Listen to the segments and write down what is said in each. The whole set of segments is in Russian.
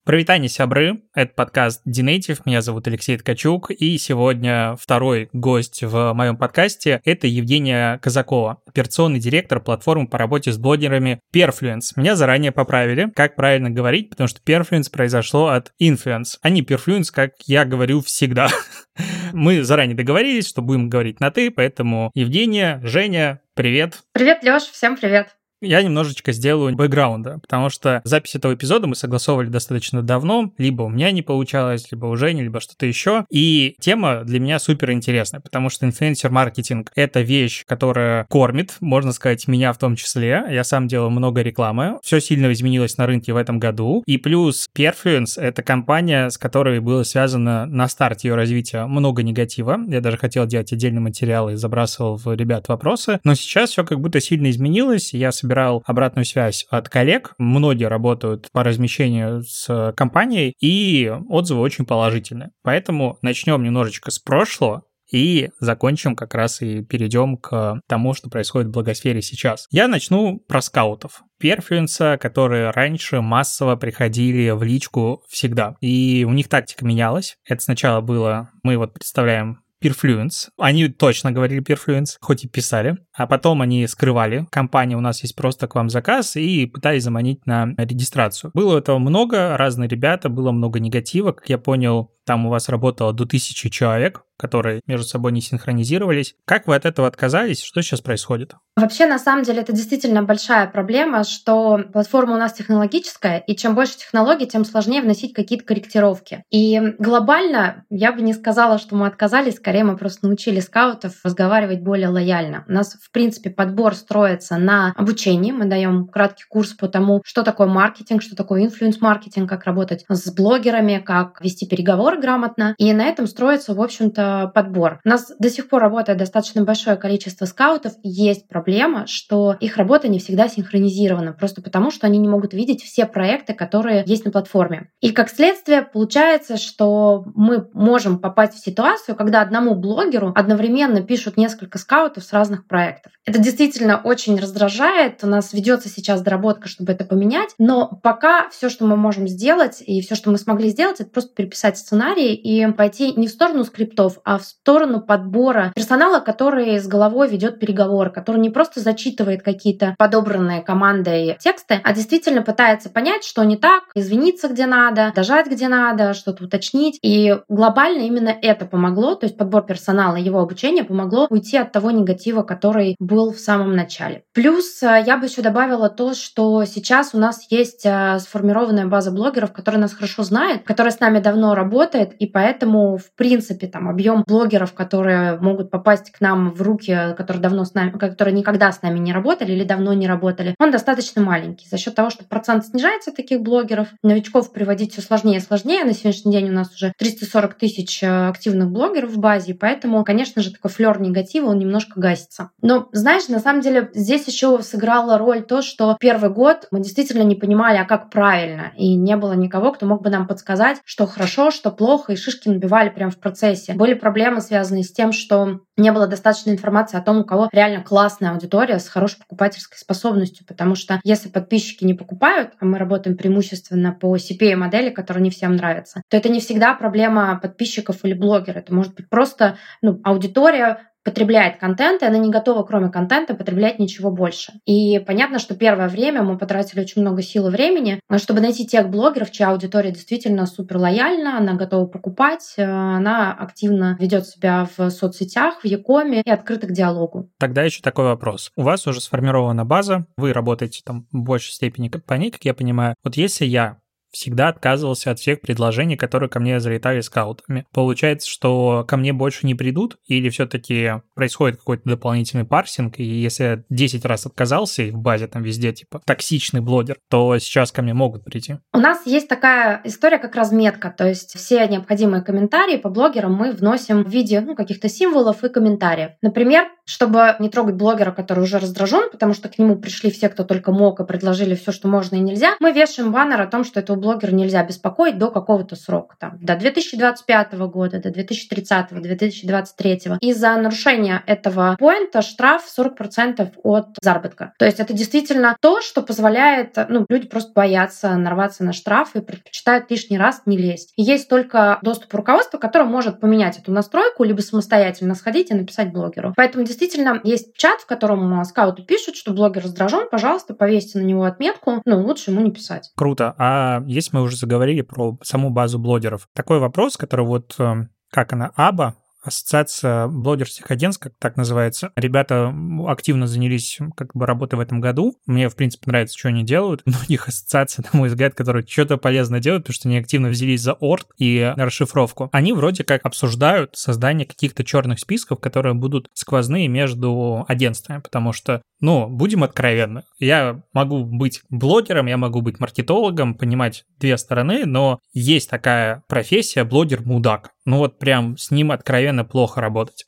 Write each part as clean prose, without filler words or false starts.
Привитание, сябры! Это подкаст D-Native, меня зовут Алексей Ткачук, и сегодня второй гость в моем подкасте — это Евгения Казакова, операционный директор платформы по работе с блогерами Perfluence. Меня заранее поправили, как правильно говорить, потому что Perfluence произошло от Influence, а не Perfluence, как я говорю всегда. Мы заранее договорились, что будем говорить на «ты», поэтому Евгения, Женя, привет! Привет, Лёш, всем привет! Я немножечко сделаю бэкграунда, потому что запись этого эпизода мы согласовывали достаточно давно, либо у меня не получалось, либо у Жени, либо что-то еще. И тема для меня супер интересная, потому что инфлюенсер-маркетинг — это вещь, которая кормит, можно сказать, меня в том числе. Я сам делаю много рекламы. Все сильно изменилось на рынке в этом году. И плюс Perfluence — это компания, с которой было связано на старте ее развития много негатива. Я даже хотел делать отдельный материал и забрасывал в ребят вопросы. Но сейчас все как будто сильно изменилось. Я собирал обратную связь от коллег. Многие работают по размещению с компанией, и отзывы очень положительные. Поэтому начнем немножечко с прошлого и закончим как раз и перейдем к тому, что происходит в блогосфере сейчас. Я начну про скаутов. Perfluence, которые раньше массово приходили в личку всегда. И у них тактика менялась. Это сначала было, мы вот представляем Perfluence. Они точно говорили Perfluence, хоть и писали. А потом они скрывали. Компания, у нас есть просто к вам заказ, и пытались заманить на регистрацию. Было этого много, разные ребята, было много негатива. Как я понял, там у вас работало до 1000 человек, которые между собой не синхронизировались. Как вы от этого отказались? Что сейчас происходит? Вообще, на самом деле, это действительно большая проблема, что платформа у нас технологическая, и чем больше технологий, тем сложнее вносить какие-то корректировки. И глобально я бы не сказала, что мы отказались, скорее мы просто научили скаутов разговаривать более лояльно. У нас, в принципе, подбор строится на обучении. Мы даем краткий курс по тому, что такое маркетинг, что такое инфлюенс-маркетинг, как работать с блогерами, как вести переговоры грамотно. И на этом строится, в общем-то, подбор. У нас до сих пор работает достаточно большое количество скаутов. Есть проблема, что их работа не всегда синхронизирована, просто потому, что они не могут видеть все проекты, которые есть на платформе. И как следствие получается, что мы можем попасть в ситуацию, когда одному блогеру одновременно пишут несколько скаутов с разных проектов. Это действительно очень раздражает. У нас ведется сейчас доработка, чтобы это поменять, но пока все, что мы можем сделать, и все, что мы смогли сделать, это просто переписать сценарий и пойти не в сторону скриптов, а в сторону подбора персонала, который с головой ведет переговоры, который не просто зачитывает какие-то подобранные командой тексты, а действительно пытается понять, что не так, извиниться где надо, дожать где надо, что-то уточнить. И глобально именно это помогло, то есть подбор персонала и его обучение помогло уйти от того негатива, который был в самом начале. Плюс я бы еще добавила то, что сейчас у нас есть сформированная база блогеров, которые нас хорошо знают, которая с нами давно работает, и поэтому, в принципе, там объем блогеров, которые могут попасть к нам в руки, которые давно с нами, которые никогда с нами не работали или давно не работали, он достаточно маленький. За счет того, что процент снижается таких блогеров, новичков приводить все сложнее и сложнее. На сегодняшний день у нас уже 340 тысяч активных блогеров в базе, поэтому, конечно же, такой флёр негатива, он немножко гасится. Но, знаешь, на самом деле здесь еще сыграла роль то, что первый год мы действительно не понимали, а как правильно, и не было никого, кто мог бы нам подсказать, что хорошо, что плохо, и шишки набивали прямо в процессе. Были проблемы, связанные с тем, что не было достаточной информации о том, у кого реально классная аудитория с хорошей покупательской способностью, потому что если подписчики не покупают, а мы работаем преимущественно по CPA-модели, которая не всем нравится, то это не всегда проблема подписчиков или блогера. Это может быть просто аудитория потребляет контент, и она не готова, кроме контента, потреблять ничего больше. И понятно, что первое время мы потратили очень много сил и времени, чтобы найти тех блогеров, чья аудитория действительно супер лояльна, она готова покупать, она активно ведет себя в соцсетях, в Якоме и открыта к диалогу. Тогда еще такой вопрос. У вас уже сформирована база, вы работаете там в большей степени по ней, как я понимаю. Вот если я всегда отказывался от всех предложений, которые ко мне залетали скаутами. Получается, что ко мне больше не придут, или все-таки происходит какой-то дополнительный парсинг, и если я 10 раз отказался, и в базе там везде типа токсичный блогер, то сейчас ко мне могут прийти. У нас есть такая история, как разметка, то есть все необходимые комментарии по блогерам мы вносим в виде каких-то символов и комментариев. Например, чтобы не трогать блогера, который уже раздражен, потому что к нему пришли все, кто только мог, и предложили все, что можно и нельзя, мы вешаем баннер о том, что этого блогера нельзя беспокоить до какого-то срока, там, до 2025 года, до 2030, 2023. И за нарушение этого поинта штраф 40% от заработка. То есть это действительно то, что позволяет, люди просто боятся нарваться на штраф и предпочитают лишний раз не лезть. И есть только доступ руководства, которое может поменять эту настройку, либо самостоятельно сходить и написать блогеру. Поэтому действительно есть чат, в котором скауты пишут, что блогер раздражен, пожалуйста, повесьте на него отметку, лучше ему не писать. Круто. А если мы уже заговорили про саму базу блогеров, такой вопрос, который как она, АБА, Ассоциация блогерских агентств, как так называется. Ребята активно занялись работой в этом году. Мне, в принципе, нравится, что они делают. У многих ассоциаций, на мой взгляд, которые что-то полезно делают, потому что они активно взялись за орт и расшифровку. Они вроде как обсуждают создание каких-то черных списков, которые будут сквозные между агентствами, потому что, будем откровенны, я могу быть блогером, я могу быть маркетологом, понимать две стороны, но есть такая профессия блогер-мудак. Прям с ним откровенно плохо работать.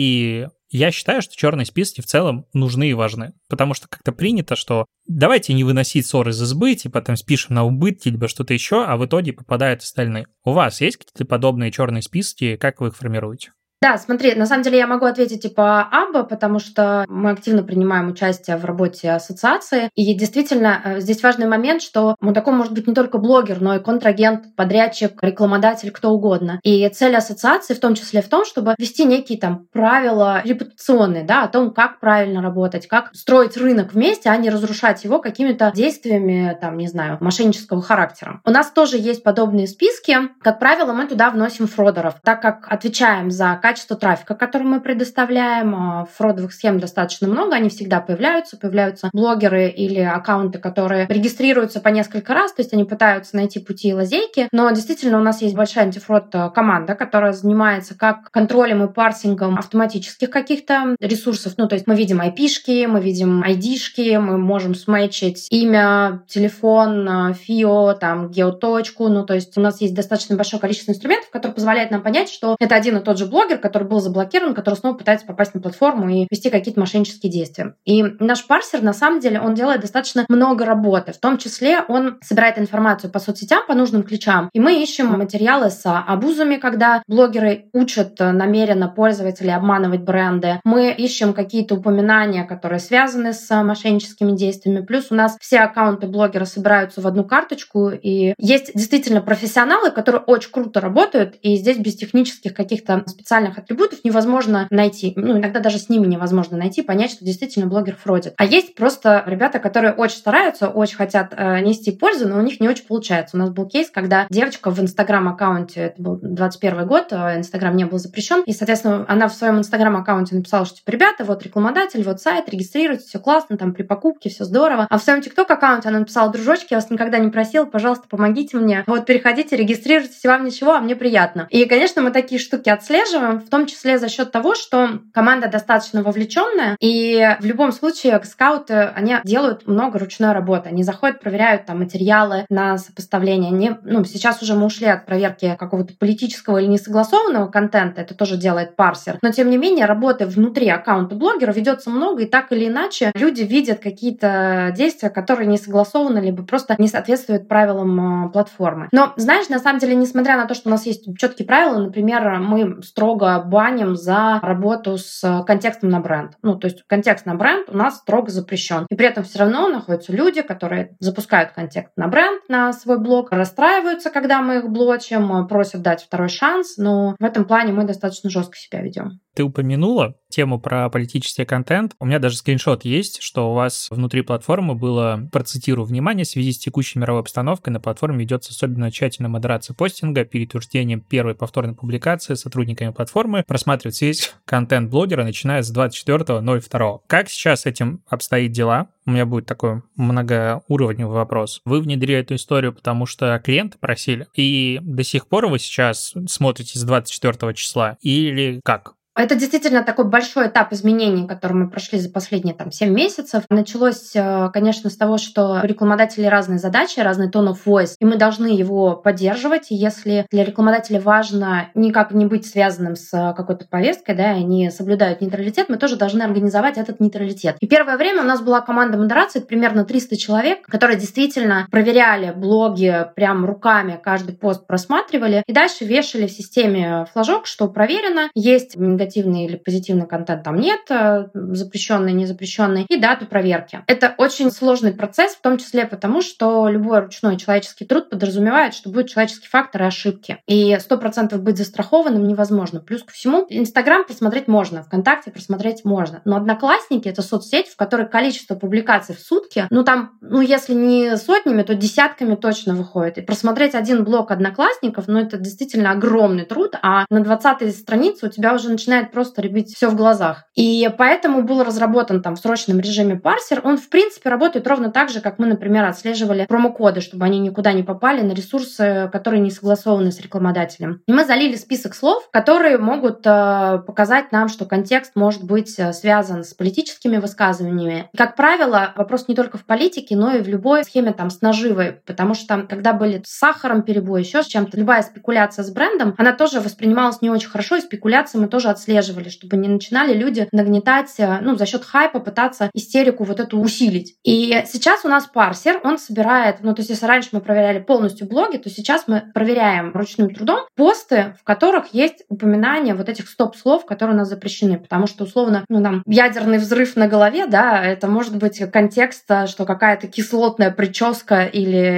И я считаю, что черные списки в целом нужны и важны, потому что как-то принято, что давайте не выносить ссор из избы, там спишем на убытки, либо что-то еще, а в итоге попадают остальные. У вас есть какие-то подобные черные списки, как вы их формируете? Да, смотри, на самом деле я могу ответить по АБА, потому что мы активно принимаем участие в работе ассоциации. И действительно, здесь важный момент, что мудаком может быть не только блогер, но и контрагент, подрядчик, рекламодатель, кто угодно. И цель ассоциации в том числе в том, чтобы ввести некие правила репутационные, о том, как правильно работать, как строить рынок вместе, а не разрушать его какими-то действиями, мошеннического характера. У нас тоже есть подобные списки. Как правило, мы туда вносим фродеров, так как отвечаем за качество трафика, который мы предоставляем. Фродовых схем достаточно много, они всегда появляются блогеры или аккаунты, которые регистрируются по несколько раз, то есть они пытаются найти пути и лазейки, но действительно у нас есть большая антифрод команда, которая занимается как контролем и парсингом автоматических каких-то ресурсов, то есть мы видим IP-шки, мы видим ID-шки, мы можем сметчить имя, телефон, ФИО, геоточку, то есть у нас есть достаточно большое количество инструментов, которые позволяют нам понять, что это один и тот же блогер, который был заблокирован, который снова пытается попасть на платформу и вести какие-то мошеннические действия. И наш парсер, на самом деле, он делает достаточно много работы. В том числе он собирает информацию по соцсетям, по нужным ключам. И мы ищем материалы с абузами, когда блогеры учат намеренно пользователей обманывать бренды. Мы ищем какие-то упоминания, которые связаны с мошенническими действиями. Плюс у нас все аккаунты блогера собираются в одну карточку. И есть действительно профессионалы, которые очень круто работают. И здесь без технических каких-то специальных атрибутов невозможно найти. Иногда даже с ними невозможно найти, понять, что действительно блогер фродит. А есть просто ребята, которые очень стараются, очень хотят нести пользу, но у них не очень получается. У нас был кейс, когда девочка в Инстаграм-аккаунте, это был 21 год, Инстаграм не был запрещен, и, соответственно, она в своем Инстаграм-аккаунте написала, что ребята, вот рекламодатель, вот сайт, регистрируйтесь, все классно, при покупке все здорово. А в своем ТикТок-аккаунте она написала: дружочки, я вас никогда не просила, пожалуйста, помогите мне. Переходите, регистрируйтесь, вам ничего, а мне приятно. И, конечно, мы такие штуки отслеживаем, в том числе за счет того, что команда достаточно вовлеченная, и в любом случае скауты, они делают много ручной работы. Они заходят, проверяют материалы на сопоставление. Сейчас уже мы ушли от проверки какого-то политического или несогласованного контента, это тоже делает парсер. Но, тем не менее, работы внутри аккаунта блогера ведется много, и так или иначе люди видят какие-то действия, которые не согласованы, либо просто не соответствуют правилам платформы. Но, знаешь, на самом деле, несмотря на то, что у нас есть четкие правила, например, мы строго баним за работу с контекстом на бренд. То есть контекст на бренд у нас строго запрещен. И при этом все равно находятся люди, которые запускают контекст на бренд, на свой блог, расстраиваются, когда мы их блочим, просят дать второй шанс, но в этом плане мы достаточно жестко себя ведем. Ты упомянула тему про политический контент. У меня даже скриншот есть, что у вас внутри платформы было, процитирую, внимание, в связи с текущей мировой обстановкой на платформе ведется особенно тщательная модерация постинга, перед утверждением первой повторной публикации сотрудниками платформы просматривается весь контент блогера, начиная с 24.02. Как сейчас с этим обстоит дела? У меня будет такой многоуровневый вопрос. Вы внедрили эту историю, потому что клиенты просили? И до сих пор вы сейчас смотрите с 24 числа? Или как? Это действительно такой большой этап изменений, который мы прошли за последние 7 месяцев. Началось, конечно, с того, что у рекламодателей разные задачи, разный tone of voice, и мы должны его поддерживать. И если для рекламодателя важно никак не быть связанным с какой-то повесткой, да, и они соблюдают нейтралитет, мы тоже должны организовать этот нейтралитет. И первое время у нас была команда модерации, примерно 300 человек, которые действительно проверяли блоги прям руками, каждый пост просматривали, и дальше вешали в системе флажок, что проверено, есть негативный или позитивный контент, там нет, запрещенный, незапрещенный, и дату проверки. Это очень сложный процесс, в том числе потому, что любой ручной человеческий труд подразумевает, что будет человеческий фактор и ошибки. И 100% быть застрахованным невозможно. Плюс ко всему, Инстаграм просмотреть можно, ВКонтакте просмотреть можно. Но Одноклассники — это соцсеть, в которой количество публикаций в сутки, если не сотнями, то десятками точно выходит. И просмотреть один блок Одноклассников, это действительно огромный труд, а на 20-й странице у тебя уже начинает просто рябить все в глазах. И поэтому был разработан в срочном режиме парсер. Он, в принципе, работает ровно так же, как мы, например, отслеживали промокоды, чтобы они никуда не попали на ресурсы, которые не согласованы с рекламодателем. И мы залили список слов, которые могут показать нам, что контекст может быть связан с политическими высказываниями. И, как правило, вопрос не только в политике, но и в любой схеме с наживой, потому что когда были с сахаром перебои, еще с чем-то, любая спекуляция с брендом, она тоже воспринималась не очень хорошо, и спекуляции мы тоже отслеживали, чтобы не начинали люди нагнетать, за счет хайпа пытаться истерику эту усилить. И сейчас у нас парсер, он собирает, то есть если раньше мы проверяли полностью блоги, то сейчас мы проверяем ручным трудом посты, в которых есть упоминание этих стоп-слов, которые у нас запрещены, потому что, условно, ядерный взрыв на голове, да, это может быть контекст, что какая-то кислотная прическа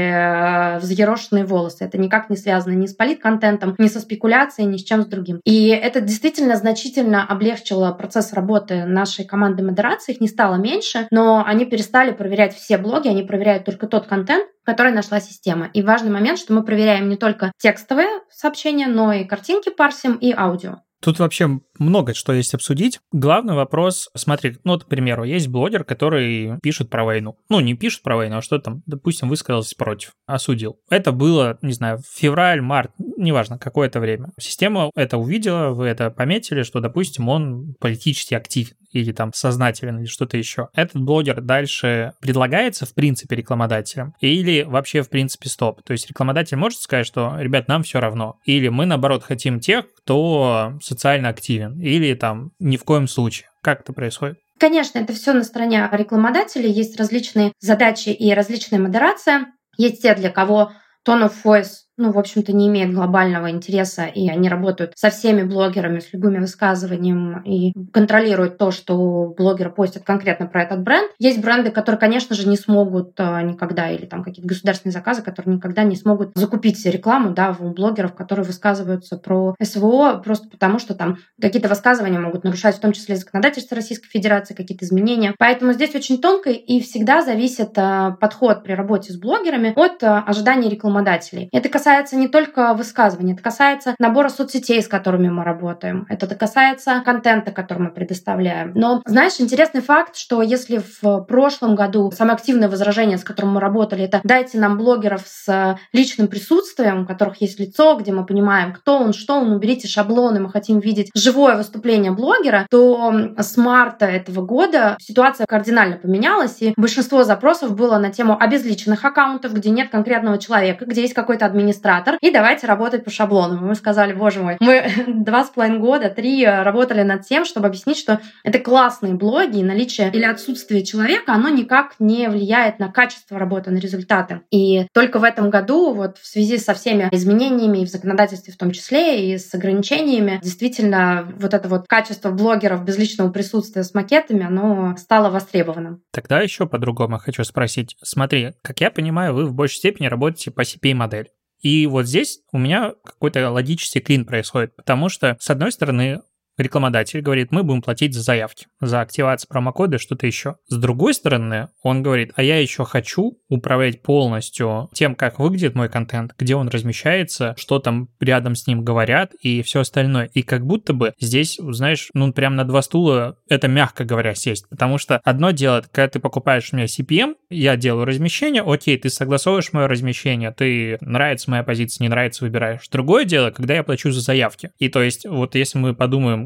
или взъерошенные волосы. Это никак не связано ни с политконтентом, ни со спекуляцией, ни с чем с другим. И это действительно значительно облегчило процесс работы нашей команды модерации. Их не стало меньше, но они перестали проверять все блоги, они проверяют только тот контент, который нашла система. И важный момент, что мы проверяем не только текстовые сообщения, но и картинки парсим, и аудио. Тут вообще много что есть обсудить. Главный вопрос, смотри, к примеру, есть блогер, который пишет про войну. Не пишет про войну, а что там, допустим, высказался против, осудил. Это было, не знаю, февраль, март, неважно, какое-то время. Система это увидела, вы это пометили, что, допустим, он политически активен или сознателен, или что-то еще. Этот блогер дальше предлагается, в принципе, рекламодателям или вообще, в принципе, стоп. То есть рекламодатель может сказать, что, ребят, нам все равно. Или мы, наоборот, хотим тех, кто социально активен. Или ни в коем случае. Как это происходит? Конечно, это все на стороне рекламодателей. Есть различные задачи и различная модерация. Есть те, для кого tone of voice, в общем-то, не имеет глобального интереса, и они работают со всеми блогерами, с любыми высказываниями и контролируют то, что блогеры постят конкретно про этот бренд. Есть бренды, которые, конечно же, не смогут никогда, или какие-то государственные заказы, которые никогда не смогут закупить рекламу, у блогеров, которые высказываются про СВО, просто потому что какие-то высказывания могут нарушать, в том числе законодательство Российской Федерации, какие-то изменения. Поэтому здесь очень тонко и всегда зависит подход при работе с блогерами от ожиданий рекламодателей. Это касается не только высказываний, это касается набора соцсетей, с которыми мы работаем, это касается контента, который мы предоставляем. Но, знаешь, интересный факт, что если в прошлом году самое активное возражение, с которым мы работали, это «дайте нам блогеров с личным присутствием, у которых есть лицо, где мы понимаем, кто он, что он, уберите шаблоны, мы хотим видеть живое выступление блогера», то с марта этого года ситуация кардинально поменялась, и большинство запросов было на тему обезличенных аккаунтов, где нет конкретного человека, где есть какой-то администратор, и давайте работать по шаблонам. Мы сказали, боже мой, мы 2,5 года, 3 работали над тем, чтобы объяснить, что это классные блоги, и наличие или отсутствие человека, оно никак не влияет на качество работы, на результаты. И только в этом году, в связи со всеми изменениями и в законодательстве в том числе, и с ограничениями, действительно, это качество блогеров без личного присутствия с макетами, оно стало востребованным. Тогда еще по-другому хочу спросить. Смотри, как я понимаю, вы в большей степени работаете по CPA-модели. И здесь у меня какой-то логический клин происходит, потому что, с одной стороны, рекламодатель говорит, мы будем платить за заявки, за активацию промокода, что-то еще. С другой стороны, он говорит, а я еще хочу управлять полностью тем, как выглядит мой контент, где он размещается, что там рядом с ним говорят и все остальное. И как будто бы здесь, знаешь, прям на два стула это, мягко говоря, сесть. Потому что одно дело, когда ты покупаешь у меня CPM, я делаю размещение, окей, ты согласовываешь мое размещение, ты нравится моя позиция, не нравится, выбираешь. Другое дело, когда я плачу за заявки. И то есть, если мы подумаем,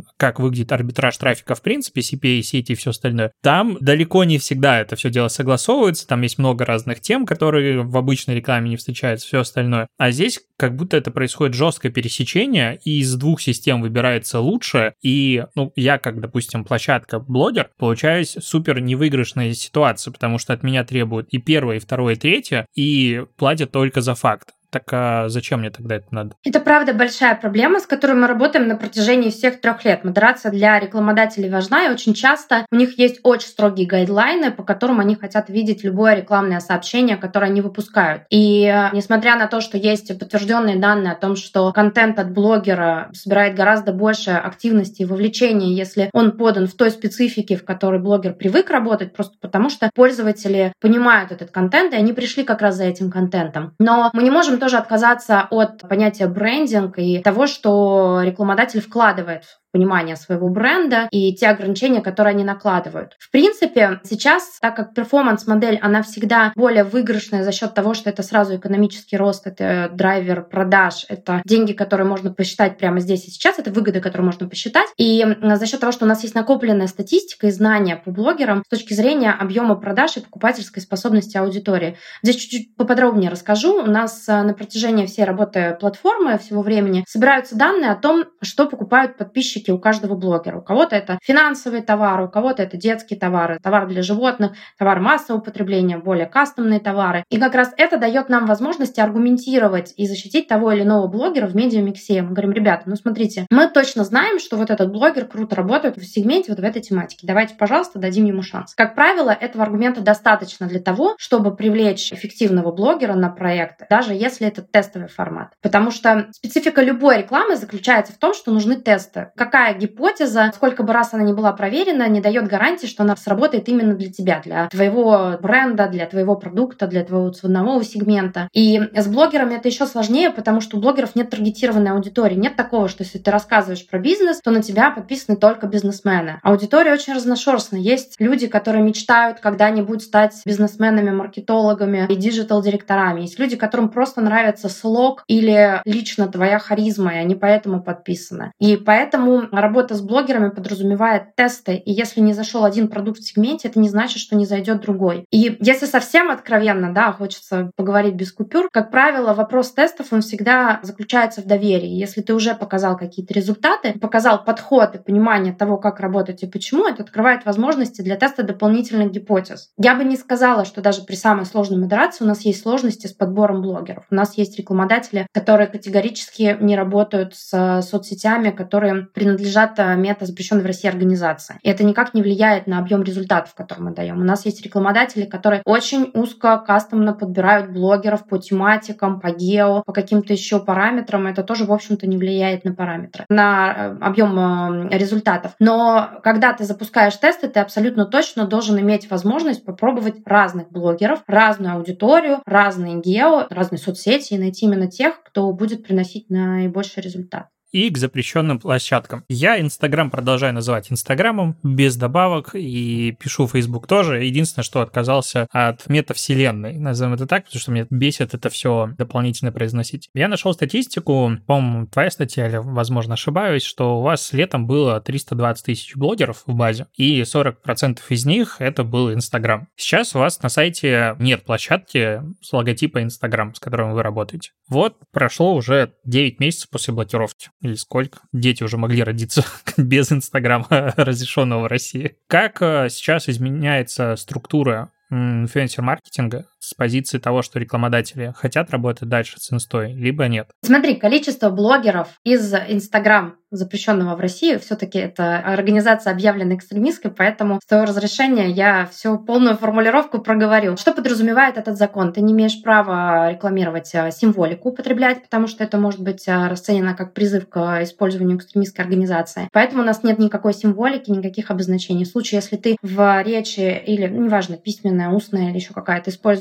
том, как выглядит арбитраж трафика в принципе, CPA, сети и все остальное, там далеко не всегда это все дело согласовывается, там есть много разных тем, которые в обычной рекламе не встречаются, все остальное. А здесь как будто это происходит жесткое пересечение, и из двух систем выбирается лучше, и, я как, допустим, площадка-блогер, получаюсь супер невыигрышная ситуация, потому что от меня требуют и первое, и второе, и третье, и платят только за факт. Так а зачем мне тогда это надо? Это правда большая проблема, с которой мы работаем на протяжении всех 3 лет. Модерация для рекламодателей важна, и очень часто у них есть очень строгие гайдлайны, по которым они хотят видеть любое рекламное сообщение, которое они выпускают. И несмотря на то, что есть подтвержденные данные о том, что контент от блогера собирает гораздо больше активности и вовлечения, если он подан в той специфике, в которой блогер привык работать, просто потому что пользователи понимают этот контент, и они пришли как раз за этим контентом. Но мы не можем тоже отказаться от понятия брендинг и того, что рекламодатель вкладывает в понимание своего бренда и те ограничения, которые они накладывают. В принципе, сейчас, так как перформанс-модель, она всегда более выигрышная за счет того, что это сразу экономический рост, это драйвер продаж, это деньги, которые можно посчитать прямо здесь и сейчас, это выгоды, которые можно посчитать. И за счет того, что у нас есть накопленная статистика и знания по блогерам с точки зрения объема продаж и покупательской способности аудитории. Здесь чуть-чуть поподробнее расскажу. У нас на протяжении всей работы платформы, всего времени собираются данные о том, что покупают подписчики у каждого блогера. У кого-то это финансовые товары, у кого-то это детские товары, товары для животных, товары массового потребления, более кастомные товары. И как раз это дает нам возможность аргументировать и защитить того или иного блогера в медиамиксе. Мы говорим, ребята, смотрите, мы точно знаем, что вот этот блогер круто работает в сегменте вот в этой тематике. Давайте, пожалуйста, дадим ему шанс. Как правило, этого аргумента достаточно для того, чтобы привлечь эффективного блогера на проект, даже если это тестовый формат. Потому что специфика любой рекламы заключается в том, что нужны тесты. Какая гипотеза, сколько бы раз она ни была проверена, не дает гарантии, что она сработает именно для тебя, для твоего бренда, для твоего продукта, для твоего ценового сегмента. И с блогерами это еще сложнее, потому что у блогеров нет таргетированной аудитории. Нет такого, что если ты рассказываешь про бизнес, то на тебя подписаны только бизнесмены. Аудитория очень разношерстная. Есть люди, которые мечтают когда-нибудь стать бизнесменами, маркетологами и диджитал-директорами. Есть люди, которым просто нравится слог или лично твоя харизма, и они поэтому подписаны. И поэтому работа с блогерами подразумевает тесты, и если не зашел один продукт в сегменте, это не значит, что не зайдет другой. И если совсем откровенно, хочется поговорить без купюр, как правило, вопрос тестов, он всегда заключается в доверии. Если ты уже показал какие-то результаты, показал подход и понимание того, как работать и почему, это открывает возможности для теста дополнительных гипотез. Я бы не сказала, что даже при самой сложной модерации у нас есть сложности с подбором блогеров. У нас есть рекламодатели, которые категорически не работают с соцсетями, которые принадлежат мета-запрещенной в России организации. И это никак не влияет на объем результатов, которые мы даем. У нас есть рекламодатели, которые очень узко, кастомно подбирают блогеров по тематикам, по гео, по каким-то еще параметрам. Это тоже, в общем-то, не влияет на параметры, на объем результатов. Но когда ты запускаешь тесты, ты абсолютно точно должен иметь возможность попробовать разных блогеров, разную аудиторию, разные гео, разные соцсети и найти именно тех, кто будет приносить наибольший результат. И к запрещенным площадкам. Я Инстаграм продолжаю называть Инстаграмом, без добавок, и пишу Facebook тоже. Единственное, что отказался от метавселенной, назовем это так, потому что меня бесит это все дополнительно произносить. Я нашел статистику, по-моему, твоя статья, или, возможно, ошибаюсь, что у вас летом было 320 тысяч блогеров в базе, и 40% из них это был Инстаграм. Сейчас у вас на сайте нет площадки с логотипа Инстаграм, с которым вы работаете. Вот прошло уже 9 месяцев после блокировки. Или сколько? Дети уже могли родиться без Инстаграма, разрешенного в России. Как сейчас изменяется структура инфлюенсер-маркетинга с позиции того, что рекламодатели хотят работать дальше с инстой, либо нет? Смотри, количество блогеров из Инстаграм, запрещенного в России, все-таки это организация объявлена экстремистской, поэтому с твоего разрешения я всю полную формулировку проговорю. Что подразумевает этот закон? Ты не имеешь права рекламировать символику, употреблять, потому что это может быть расценено как призыв к использованию экстремистской организации. Поэтому у нас нет никакой символики, никаких обозначений. В случае, если ты в речи или, неважно, письменная, устная или еще какая-то, используешь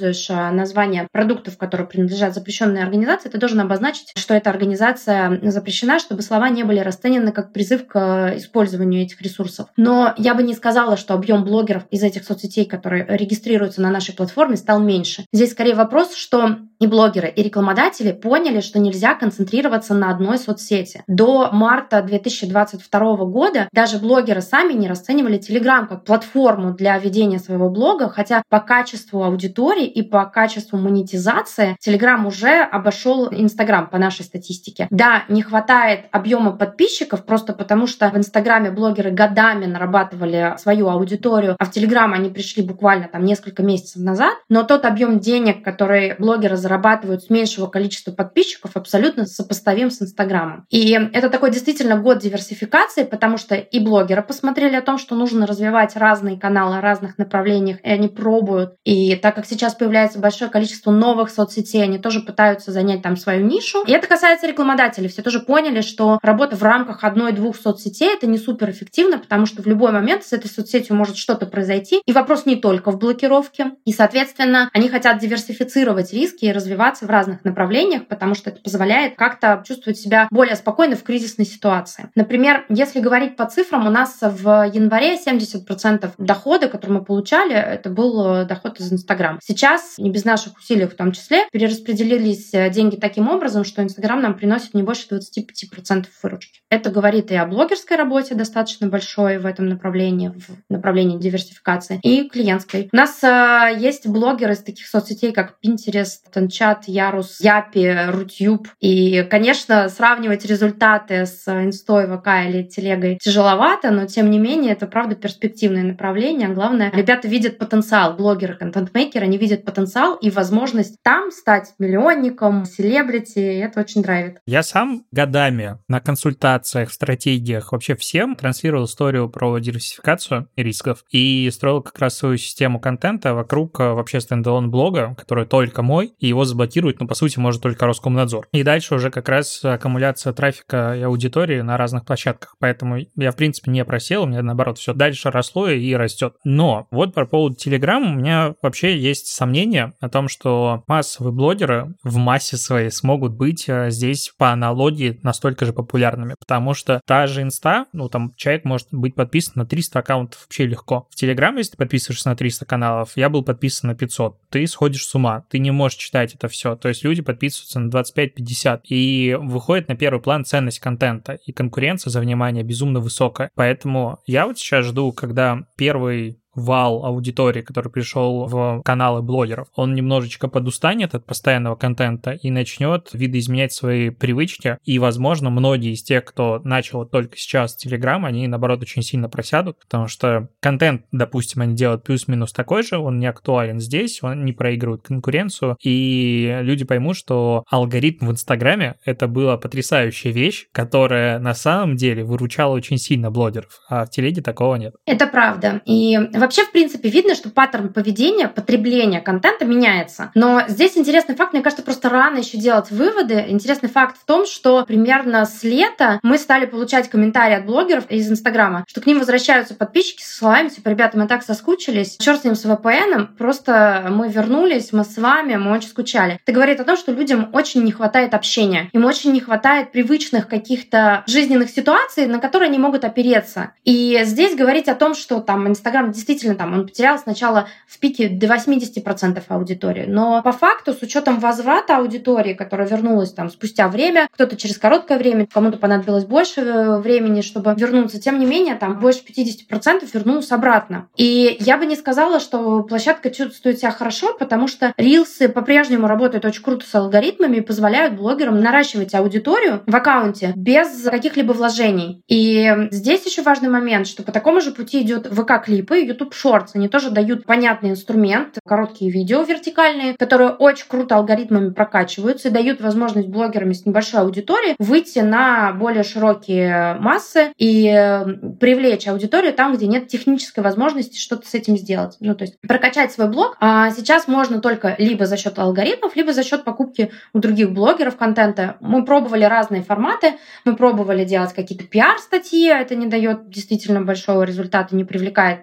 используешь название продуктов, которые принадлежат запрещенной организации, ты должен обозначить, что эта организация запрещена, чтобы слова не были расценены как призыв к использованию этих ресурсов. Но я бы не сказала, что объем блогеров из этих соцсетей, которые регистрируются на нашей платформе, стал меньше. Здесь скорее вопрос, что и блогеры, и рекламодатели поняли, что нельзя концентрироваться на одной соцсети. До марта 2022 года даже блогеры сами не расценивали Telegram как платформу для ведения своего блога, хотя по качеству аудитории и по качеству монетизации Telegram уже обошел Instagram по нашей статистике. Да, не хватает объема подписчиков, просто потому что в Инстаграме блогеры годами нарабатывали свою аудиторию, а в Telegram они пришли буквально там несколько месяцев назад, но тот объем денег, который блогеры зарабатывают с меньшего количества подписчиков, абсолютно сопоставим с Инстаграмом. И это такой действительно год диверсификации, потому что и блогеры посмотрели о том, что нужно развивать разные каналы в разных направлениях, и они пробуют. И так как сейчас появляется большое количество новых соцсетей, они тоже пытаются занять там свою нишу. И это касается рекламодателей. Все тоже поняли, что работа в рамках одной-двух соцсетей — это не суперэффективно, потому что в любой момент с этой соцсетью может что-то произойти. И вопрос не только в блокировке. И, соответственно, они хотят диверсифицировать риски и развиваться в разных направлениях, потому что это позволяет как-то чувствовать себя более спокойно в кризисной ситуации. Например, если говорить по цифрам, у нас в январе 70% дохода, который мы получали, это был доход из Инстаграм. Сейчас, не без наших усилий в том числе, перераспределились деньги таким образом, что Инстаграм нам приносит не больше 25% выручки. Это говорит и о блогерской работе достаточно большой в этом направлении, в направлении диверсификации, и клиентской. У нас есть блогеры из таких соцсетей, как Pinterest, Тенчат, Ярус, Япи, Рутюб. И, конечно, сравнивать результаты с Инстой, ВК или Телегой тяжеловато, но, тем не менее, это, правда, перспективное направление. Главное, ребята видят потенциал, блогеры, контент-мейкеры, они видят потенциал и возможность там стать миллионником, селебрити, и это очень драйвит. Я сам годами на консультациях, в стратегиях, вообще всем транслировал историю про диверсификацию рисков и строил как раз свою систему контента вокруг вообще стендалон блога, который только мой, и его заблокирует, но по сути может только Роскомнадзор. И дальше уже как раз аккумуляция трафика и аудитории на разных площадках. Поэтому я, в принципе, не просел, у меня, наоборот, все дальше росло и растет. Но вот по поводу Telegram у меня вообще есть сомнения о том, что массовые блогеры в массе своей смогут быть здесь по аналогии настолько же популярными, потому что та же Инста, там человек может быть подписан на 300 аккаунтов вообще легко. В Telegram, если ты подписываешься на 300 каналов, я был подписан на 500. Ты сходишь с ума, ты не можешь читать это все. То есть люди подписываются на 25-50, и выходит на первый план ценность контента, и конкуренция за внимание безумно высокая. Поэтому я вот сейчас жду, когда первый вал аудитории, который пришел в каналы блогеров, он немножечко подустанет от постоянного контента и начнет видоизменять свои привычки. И, возможно, многие из тех, кто начал только сейчас Telegram, они, наоборот, очень сильно просядут, потому что контент, допустим, они делают плюс-минус такой же, он не актуален здесь, он не проигрывает конкуренцию, и люди поймут, что алгоритм в Инстаграме — это была потрясающая вещь, которая на самом деле выручала очень сильно блогеров, а в Телеге такого нет. Это правда. И вообще, в принципе, видно, что паттерн поведения, потребления контента меняется. Но здесь интересный факт, мне кажется, просто рано еще делать выводы. Интересный факт в том, что примерно с лета мы стали получать комментарии от блогеров из Инстаграма, что к ним возвращаются подписчики со словами, типа, ребята, мы так соскучились, черт с ним с VPN, просто мы вернулись, мы с вами, мы очень скучали. Это говорит о том, что людям очень не хватает общения, им очень не хватает привычных каких-то жизненных ситуаций, на которые они могут опереться. И здесь говорить о том, что там Инстаграм действительно он потерял сначала в пике до 80% аудитории. Но по факту, с учетом возврата аудитории, которая вернулась там спустя время, кто-то через короткое время, кому-то понадобилось больше времени, чтобы вернуться, тем не менее, там больше 50% вернулось обратно. И я бы не сказала, что площадка чувствует себя хорошо, потому что рилсы по-прежнему работают очень круто с алгоритмами и позволяют блогерам наращивать аудиторию в аккаунте без каких-либо вложений. И здесь еще важный момент, что по такому же пути идет ВК-клипы, YouTube Shorts. Они тоже дают понятный инструмент, короткие видео вертикальные, которые очень круто алгоритмами прокачиваются и дают возможность блогерам с небольшой аудиторией выйти на более широкие массы и привлечь аудиторию там, где нет технической возможности что-то с этим сделать. То есть прокачать свой блог. А сейчас можно только либо за счет алгоритмов, либо за счет покупки у других блогеров контента. Мы пробовали разные форматы, мы пробовали делать какие-то пиар-статьи, это не дает действительно большого результата, не привлекает аудиторию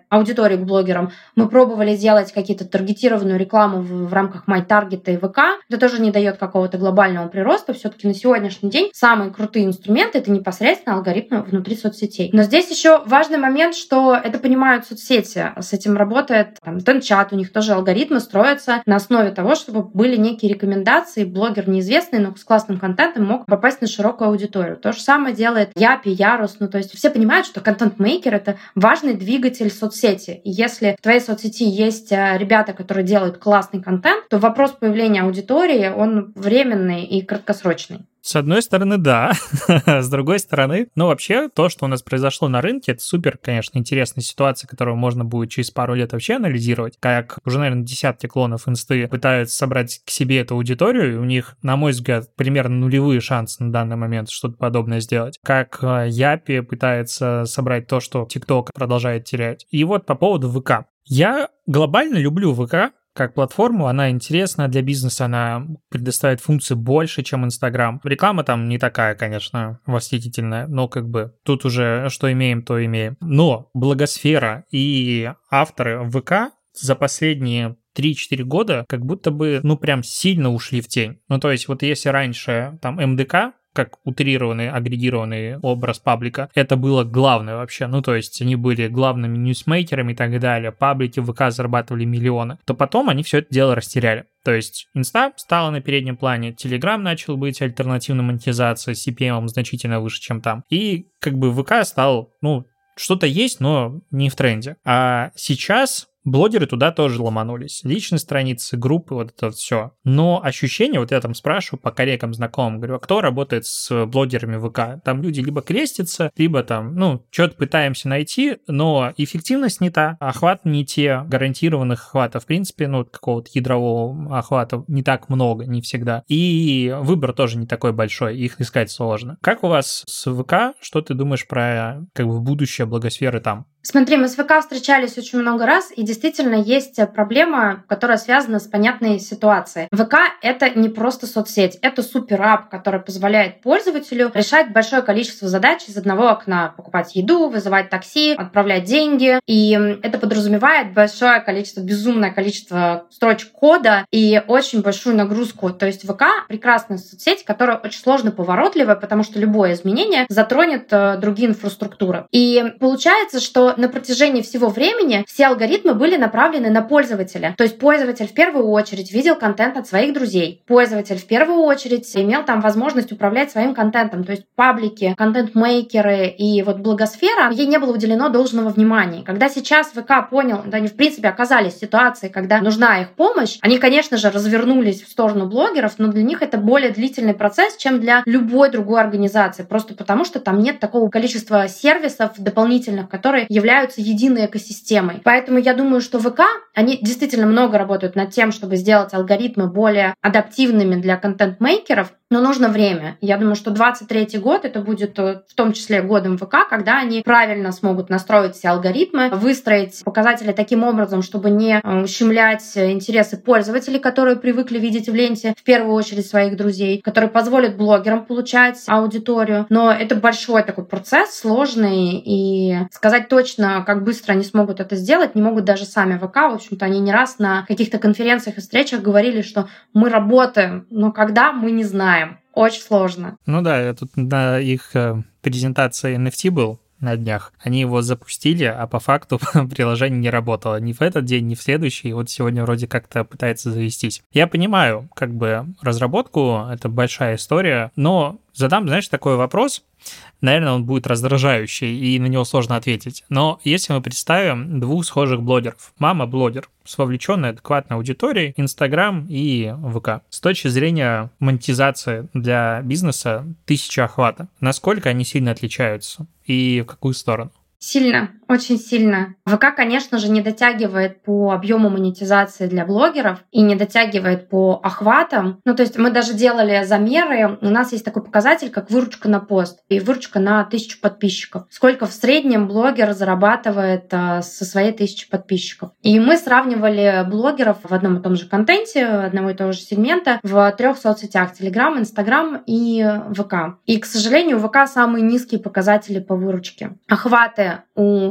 аудитории к блогерам. Мы пробовали делать какие-то таргетированную рекламу в рамках MyTarget и ВК. Это тоже не дает какого-то глобального прироста. Все-таки на сегодняшний день самые крутые инструменты — это непосредственно алгоритмы внутри соцсетей. Но здесь еще важный момент, что это понимают соцсети. С этим работает Тенчат, у них тоже алгоритмы строятся на основе того, чтобы были некие рекомендации. Блогер неизвестный, но с классным контентом мог попасть на широкую аудиторию. То же самое делает Япи, Ярус. То есть все понимают, что контент-мейкер — это важный двигатель соцсети. И если в твоей соцсети есть ребята, которые делают классный контент, то вопрос появления аудитории, он временный и краткосрочный. С одной стороны, да. С другой стороны, вообще, то, что у нас произошло на рынке, это супер, конечно, интересная ситуация, которую можно будет через пару лет вообще анализировать. Как уже, наверное, десятки клонов инсты пытаются собрать к себе эту аудиторию, и у них, на мой взгляд, примерно нулевые шансы на данный момент что-то подобное сделать. Как Япи пытается собрать то, что ТикТок продолжает терять. И вот по поводу ВК. Я глобально люблю ВК как платформу, она интересна для бизнеса, она предоставляет функции больше, чем Инстаграм. Реклама там не такая, конечно, восхитительная, но тут уже что имеем, то имеем. Но блогосфера и авторы ВК за последние 3-4 года как будто бы, прям сильно ушли в тень. То есть вот если раньше там МДК, как утрированный, агрегированный образ паблика, это было главное вообще. То есть они были главными ньюсмейкерами и так далее. Паблики в ВК зарабатывали миллионы. То потом они все это дело растеряли. То есть Инста стала на переднем плане, Телеграм начал быть альтернативной монетизацией с CPM значительно выше, чем там. И ВК стал, что-то есть, но не в тренде. А сейчас блогеры туда тоже ломанулись. Личные страницы, группы, вот это все. Но ощущение, вот я там спрашиваю по коллегам, знакомым, говорю, а кто работает с блогерами ВК? Там люди либо крестятся, либо там, что-то пытаемся найти, но эффективность не та, охват не те, гарантированных охватов, в принципе, какого-то ядрового охвата не так много, не всегда. И выбор тоже не такой большой, их искать сложно. Как у вас с ВК? Что ты думаешь про будущее блогосферы там? Смотри, мы с ВК встречались очень много раз, и действительно есть проблема, которая связана с понятной ситуацией. ВК — это не просто соцсеть, это супер-ап, который позволяет пользователю решать большое количество задач из одного окна. Покупать еду, вызывать такси, отправлять деньги. И это подразумевает безумное количество строчек кода и очень большую нагрузку. То есть ВК — прекрасная соцсеть, которая очень сложно поворотливая, потому что любое изменение затронет другие инфраструктуры. И получается, что на протяжении всего времени все алгоритмы были направлены на пользователя. То есть пользователь в первую очередь видел контент от своих друзей. Пользователь в первую очередь имел там возможность управлять своим контентом. То есть паблики, контент-мейкеры и блогосфера, ей не было уделено должного внимания. Когда сейчас ВК понял, они в принципе оказались в ситуации, когда нужна их помощь, они, конечно же, развернулись в сторону блогеров, но для них это более длительный процесс, чем для любой другой организации. Просто потому, что там нет такого количества сервисов дополнительных, которые являются единой экосистемой. Поэтому я думаю, что ВК, они действительно много работают над тем, чтобы сделать алгоритмы более адаптивными для контент-мейкеров, но нужно время. Я думаю, что 2023 год это будет в том числе годом ВК, когда они правильно смогут настроить все алгоритмы, выстроить показатели таким образом, чтобы не ущемлять интересы пользователей, которые привыкли видеть в ленте в первую очередь своих друзей, которые позволят блогерам получать аудиторию. Но это большой такой процесс, сложный, и сказать точно, как быстро они смогут это сделать, не могут даже сами ВК. В общем-то, они не раз на каких-то конференциях и встречах говорили, что мы работаем, но когда — мы не знаем. Очень сложно. Да, я тут на их презентации NFT был на днях. Они его запустили, а по факту приложение не работало ни в этот день, ни в следующий. Вот сегодня вроде как-то пытается завестись. Я понимаю, разработку, это большая история, но задам, такой вопрос. Наверное, он будет раздражающий, и на него сложно ответить. Но если мы представим двух схожих блогеров. Мама — блогер с вовлеченной адекватной аудиторией, Инстаграм и ВК. С точки зрения монетизации для бизнеса 1000 охвата. Насколько они сильно отличаются и в какую сторону? Сильно, очень сильно. ВК, конечно же, не дотягивает по объему монетизации для блогеров и не дотягивает по охватам. То есть мы даже делали замеры. У нас есть такой показатель, как выручка на пост и выручка на 1000 подписчиков. Сколько в среднем блогер зарабатывает со своей 1000 подписчиков. И мы сравнивали блогеров в одном и том же контенте, одного и того же сегмента в 3 соцсетях: Telegram, Instagram и ВК. И, к сожалению, у ВК самые низкие показатели по выручке. Охваты у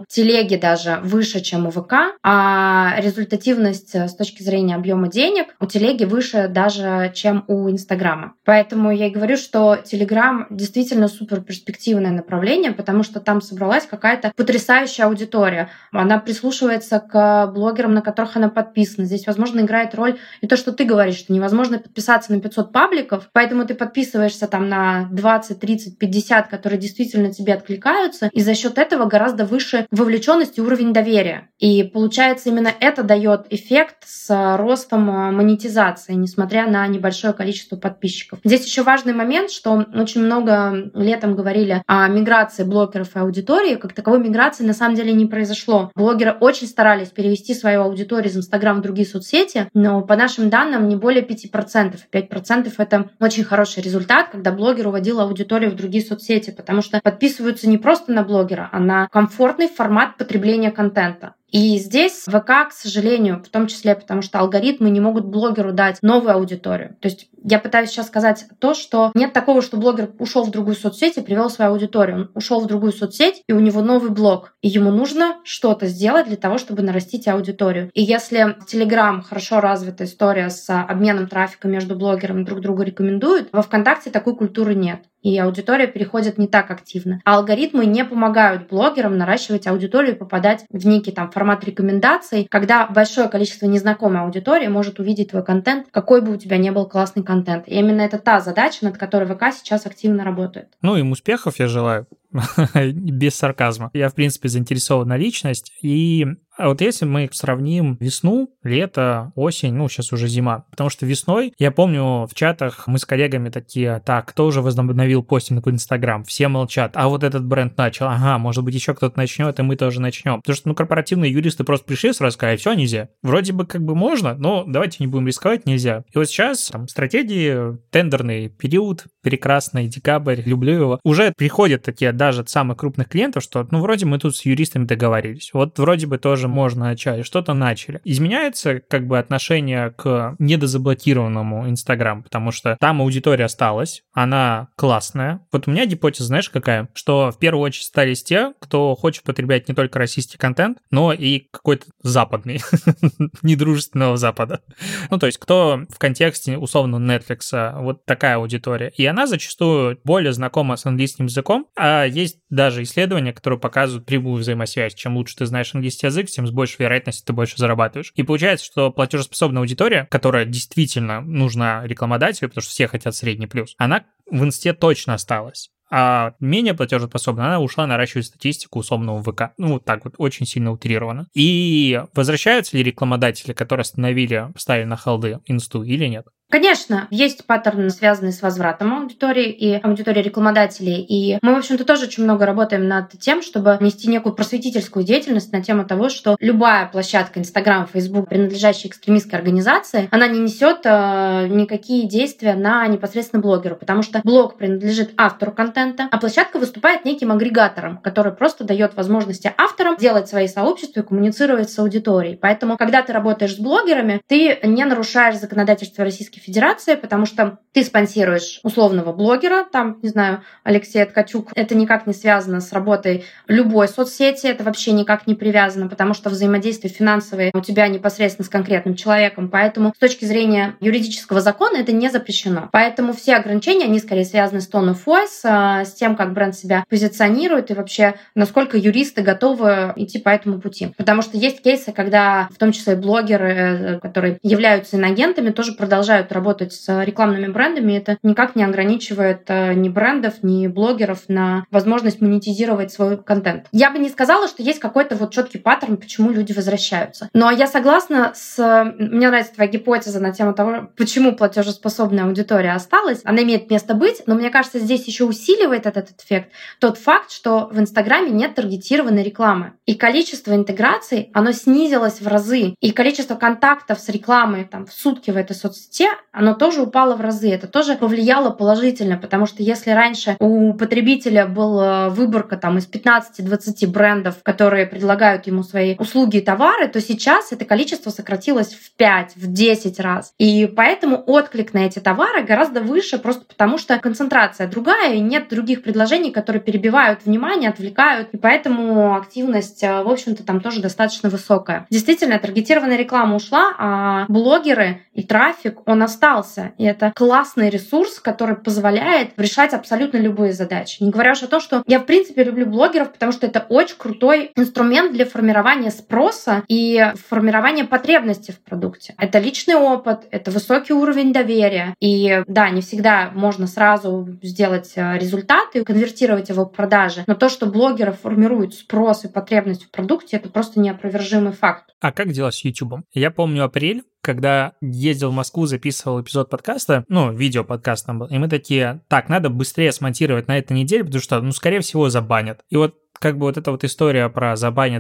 телеги даже выше, чем у ВК, а результативность с точки зрения объема денег у телеги выше даже, чем у Инстаграма. Поэтому я и говорю, что Телеграм действительно супер перспективное направление, потому что там собралась какая-то потрясающая аудитория. Она прислушивается к блогерам, на которых она подписана. Здесь, возможно, играет роль и то, что ты говоришь, что невозможно подписаться на 500 пабликов, поэтому ты подписываешься там на 20, 30, 50, которые действительно тебе откликаются, и за счет этого гораздо выше вовлеченность и уровень доверия. И получается, именно это дает эффект с ростом монетизации, несмотря на небольшое количество подписчиков. Здесь еще важный момент, что очень много летом говорили о миграции блогеров и аудитории. Как таковой миграции на самом деле не произошло. Блогеры очень старались перевести свою аудиторию из Инстаграм в другие соцсети, но по нашим данным не более 5%. 5% — это очень хороший результат, когда блогер уводил аудиторию в другие соцсети, потому что подписываются не просто на блогера, а на комфортный формат потребления контента. И здесь ВК, к сожалению, в том числе потому, что алгоритмы не могут блогеру дать новую аудиторию. То есть я пытаюсь сейчас сказать то, что нет такого, что блогер ушел в другую соцсеть и привел свою аудиторию. Он ушел в другую соцсеть, и у него новый блог. И ему нужно что-то сделать для того, чтобы нарастить аудиторию. И если в Telegram хорошо развита история с обменом трафика между блогерами, друг друга рекомендуют, во ВКонтакте такой культуры нет. И аудитория переходит не так активно. А алгоритмы не помогают блогерам наращивать аудиторию и попадать в некий там формат рекомендаций, когда большое количество незнакомой аудитории может увидеть твой контент, какой бы у тебя ни был классный контент. И именно это та задача, над которой ВК сейчас активно работает. Ну, им успехов я желаю. Без сарказма. Я, в принципе, заинтересована личность. И вот если мы сравним весну, лето, осень, ну, сейчас уже зима. Потому что весной, я помню, в чатах мы с коллегами такие: так, кто уже возобновил постинг в Инстаграм? Все молчат. А вот этот бренд начал. Ага, может быть, еще кто-то начнет, и мы тоже начнем. Потому что, корпоративные юристы просто пришли, сразу сказали: все, нельзя. Вроде бы как бы можно, но давайте не будем рисковать, нельзя. И вот сейчас там стратегии, тендерный период, прекрасный декабрь, люблю его. Уже приходят такие даже от самых крупных клиентов, что, ну, вроде мы тут с юристами договорились. Вот вроде бы тоже можно начать, что-то начали. Изменяется как бы отношение к недозаблокированному Инстаграм, потому что там аудитория осталась, она классная. Вот у меня гипотеза, знаешь, какая? Что в первую очередь остались те, кто хочет потреблять не только российский контент, но и какой-то западный, недружественного Запада. Ну, то есть кто в контексте, условно, Netflix, вот такая аудитория. И она зачастую более знакома с английским языком, а есть даже исследования, которые показывают прямую взаимосвязь. Чем лучше ты знаешь английский язык, тем с большей вероятностью ты больше зарабатываешь. И получается, что платежеспособная аудитория, которая действительно нужна рекламодателю, потому что все хотят средний плюс, она в Инсте точно осталась. А менее платежеспособная, она ушла наращивать статистику условного ВК. Ну, вот так вот, очень сильно утрировано. И возвращаются ли рекламодатели, которые остановили, поставили на холды Инсту, или нет? Конечно, есть паттерны, связанные с возвратом аудитории и аудитории рекламодателей. И мы, в общем-то, тоже очень много работаем над тем, чтобы нести некую просветительскую деятельность на тему того, что любая площадка Instagram, Facebook, принадлежащая экстремистской организации, она не несет никакие действия на непосредственно блогеру, потому что блог принадлежит автору контента, а площадка выступает неким агрегатором, который просто дает возможности авторам делать свои сообщества и коммуницировать с аудиторией. Поэтому, когда ты работаешь с блогерами, ты не нарушаешь законодательство Российской Федерации, потому что ты спонсируешь условного блогера, там, не знаю, Алексея Ткачук. Это никак не связано с работой любой соцсети, это вообще никак не привязано, потому что взаимодействие финансовое у тебя непосредственно с конкретным человеком. Поэтому с точки зрения юридического закона это не запрещено. Поэтому все ограничения, они скорее связаны с tone of voice, с тем, как бренд себя позиционирует и вообще насколько юристы готовы идти по этому пути. Потому что есть кейсы, когда в том числе блогеры, которые являются иноагентами, тоже продолжают работать с рекламными брендами. Это никак не ограничивает ни брендов, ни блогеров на возможность монетизировать свой контент. Я бы не сказала, что есть какой-то вот четкий паттерн, почему люди возвращаются. Но я согласна мне нравится твоя гипотеза на тему того, почему платежеспособная аудитория осталась. Она имеет место быть, но мне кажется, здесь еще усиливает этот эффект тот факт, что в Инстаграме нет таргетированной рекламы. И количество интеграций, оно снизилось в разы. И количество контактов с рекламой там, в сутки в этой соцсети, оно тоже упало в разы. Это тоже повлияло положительно, потому что если раньше у потребителя была выборка там, из 15-20 брендов, которые предлагают ему свои услуги и товары, то сейчас это количество сократилось в 5, в 10 раз. И поэтому отклик на эти товары гораздо выше, просто потому что концентрация другая, и нет других предложений, которые перебивают внимание, отвлекают. И поэтому активность потребность, в общем-то, там тоже достаточно высокая. Действительно, таргетированная реклама ушла, а блогеры и трафик, он остался. И это классный ресурс, который позволяет решать абсолютно любые задачи. Не говоря уж о том, что я, в принципе, люблю блогеров, потому что это очень крутой инструмент для формирования спроса и формирования потребности в продукте. Это личный опыт, это высокий уровень доверия. И да, не всегда можно сразу сделать результаты, конвертировать его в продажи, но то, что блогеры формируют спрос и потребность в продукте, это просто неопровержимый факт. А как дела с YouTube? Я помню апрель, когда ездил в Москву, записывал эпизод подкаста, видео-подкаст там был, и мы такие, так, надо быстрее смонтировать на этой неделе, потому что, скорее всего, забанят. И вот как бы вот эта вот история про забанят,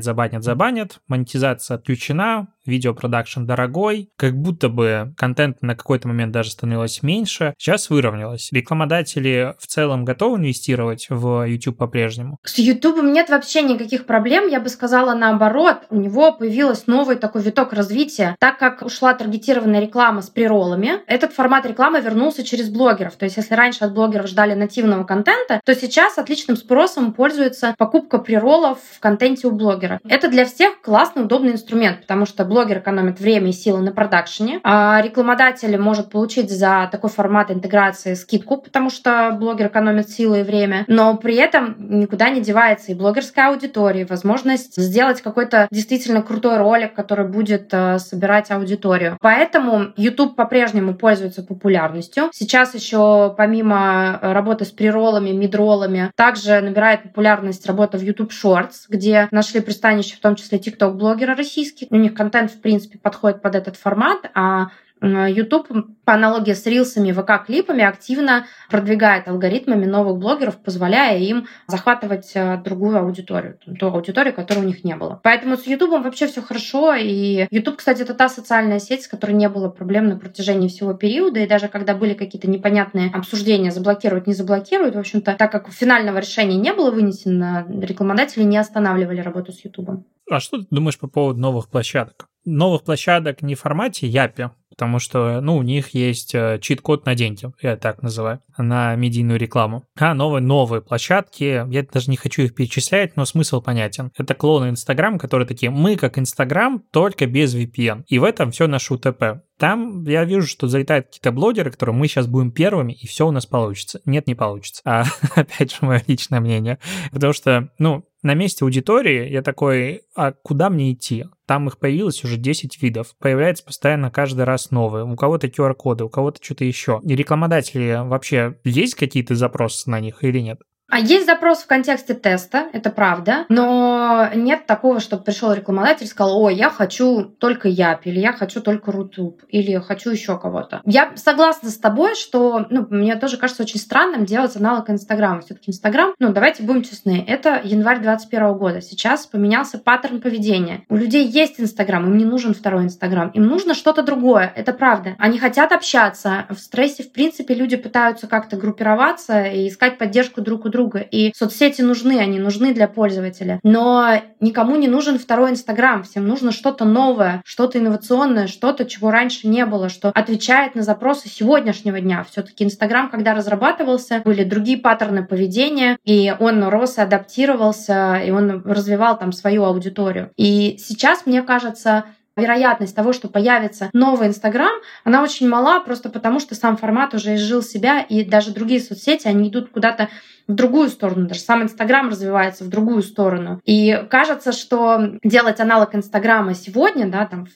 монетизация отключена, видеопродакшн дорогой, как будто бы контента на какой-то момент даже становилось меньше, сейчас выровнялось. Рекламодатели в целом готовы инвестировать в YouTube по-прежнему? С YouTube нет вообще никаких проблем, я бы сказала наоборот, у него появился новый такой виток развития, так как ушла таргетированная реклама с прероллами, этот формат рекламы вернулся через блогеров, то есть если раньше от блогеров ждали нативного контента, то сейчас отличным спросом пользуется покупка прероллов в контенте у блогера. Это для всех классный, удобный инструмент, потому что блогер экономит время и силы на продакшене, а рекламодатель может получить за такой формат интеграции скидку, потому что блогер экономит силы и время, но при этом никуда не девается и блогерская аудитория, и возможность сделать какой-то действительно крутой ролик, который будет собирать аудиторию. Поэтому YouTube по-прежнему пользуется популярностью. Сейчас еще помимо работы с прероллами, мидроллами, также набирает популярность работа в YouTube Shorts, где нашли пристанище в том числе TikTok-блогеры российские. У них контент, в принципе, подходит под этот формат, а YouTube по аналогии с рилсами, ВК-клипами активно продвигает алгоритмами новых блогеров, позволяя им захватывать другую аудиторию, ту аудиторию, которой у них не было. Поэтому с YouTube вообще все хорошо. И YouTube, кстати, это та социальная сеть, с которой не было проблем на протяжении всего периода. И даже когда были какие-то непонятные обсуждения, заблокируют, не заблокируют, в общем-то, так как финального решения не было вынесено, рекламодатели не останавливали работу с YouTube. А что ты думаешь по поводу новых площадок? Новых площадок не в формате Япи, потому что, у них есть чит-код на деньги, я так называю, на медийную рекламу. А новые площадки, я даже не хочу их перечислять, но смысл понятен. Это клоны Инстаграм, которые такие, мы как Инстаграм, только без VPN. И в этом все наше УТП. Там я вижу, что залетают какие-то блогеры, которые мы сейчас будем первыми, и все у нас получится. Нет, не получится. Опять же, мое личное мнение. Потому что, на месте аудитории я такой, а куда мне идти? Там их появилось уже 10 видов. Появляется постоянно каждый раз новые. У кого-то QR-коды, у кого-то что-то еще. И рекламодатели вообще есть какие-то запросы на них или нет? А есть запрос в контексте теста, это правда, но нет такого, чтобы пришел рекламодатель и сказал, ой, я хочу только Япи, или я хочу только Рутуб, или я хочу еще кого-то. Я согласна с тобой, что, мне тоже кажется очень странным делать аналог Инстаграма. Все-таки Инстаграм, давайте будем честны, это январь 2021 года. Сейчас поменялся паттерн поведения. У людей есть Инстаграм, им не нужен второй Инстаграм, им нужно что-то другое, это правда. Они хотят общаться. В стрессе, в принципе, люди пытаются как-то группироваться и искать поддержку друг у друга. И соцсети нужны, они нужны для пользователя. Но никому не нужен второй Инстаграм. Всем нужно что-то новое, что-то инновационное, что-то, чего раньше не было, что отвечает на запросы сегодняшнего дня. Все-таки Инстаграм, когда разрабатывался, были другие паттерны поведения, и он рос и адаптировался, и он развивал там свою аудиторию. И сейчас, мне кажется, вероятность того, что появится новый Инстаграм, она очень мала, просто потому что сам формат уже изжил себя, и даже другие соцсети, они идут куда-то в другую сторону, даже сам Инстаграм развивается в другую сторону. И кажется, что делать аналог Инстаграма сегодня,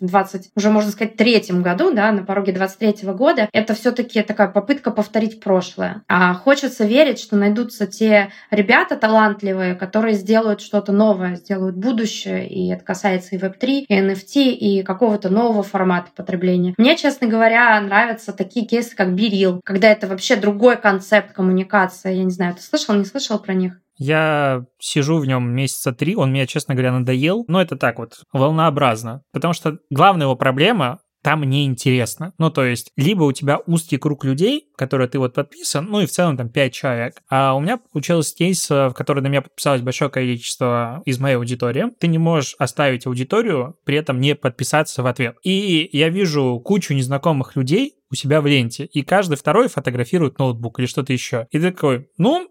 уже можно сказать, 23-м году, на пороге 23-го года, это все-таки такая попытка повторить прошлое. А хочется верить, что найдутся те ребята талантливые, которые сделают что-то новое, сделают будущее, и это касается и Web3, и NFT, и какого-то нового формата потребления. Мне, честно говоря, нравятся такие кейсы, как BeReal, когда это вообще другой концепт коммуникации. Я не знаю, ты слышал, не слышал про них? Я сижу в нем месяца 3, он мне, честно говоря, надоел, но это так вот, волнообразно, потому что главная его проблема там неинтересно. То есть, либо у тебя узкий круг людей, в которые ты подписан, и в целом там 5 человек. А у меня получился кейс, в который на меня подписалось большое количество из моей аудитории. Ты не можешь оставить аудиторию, при этом не подписаться в ответ. И я вижу кучу незнакомых людей у себя в ленте, и каждый второй фотографирует ноутбук или что-то еще. И ты такой,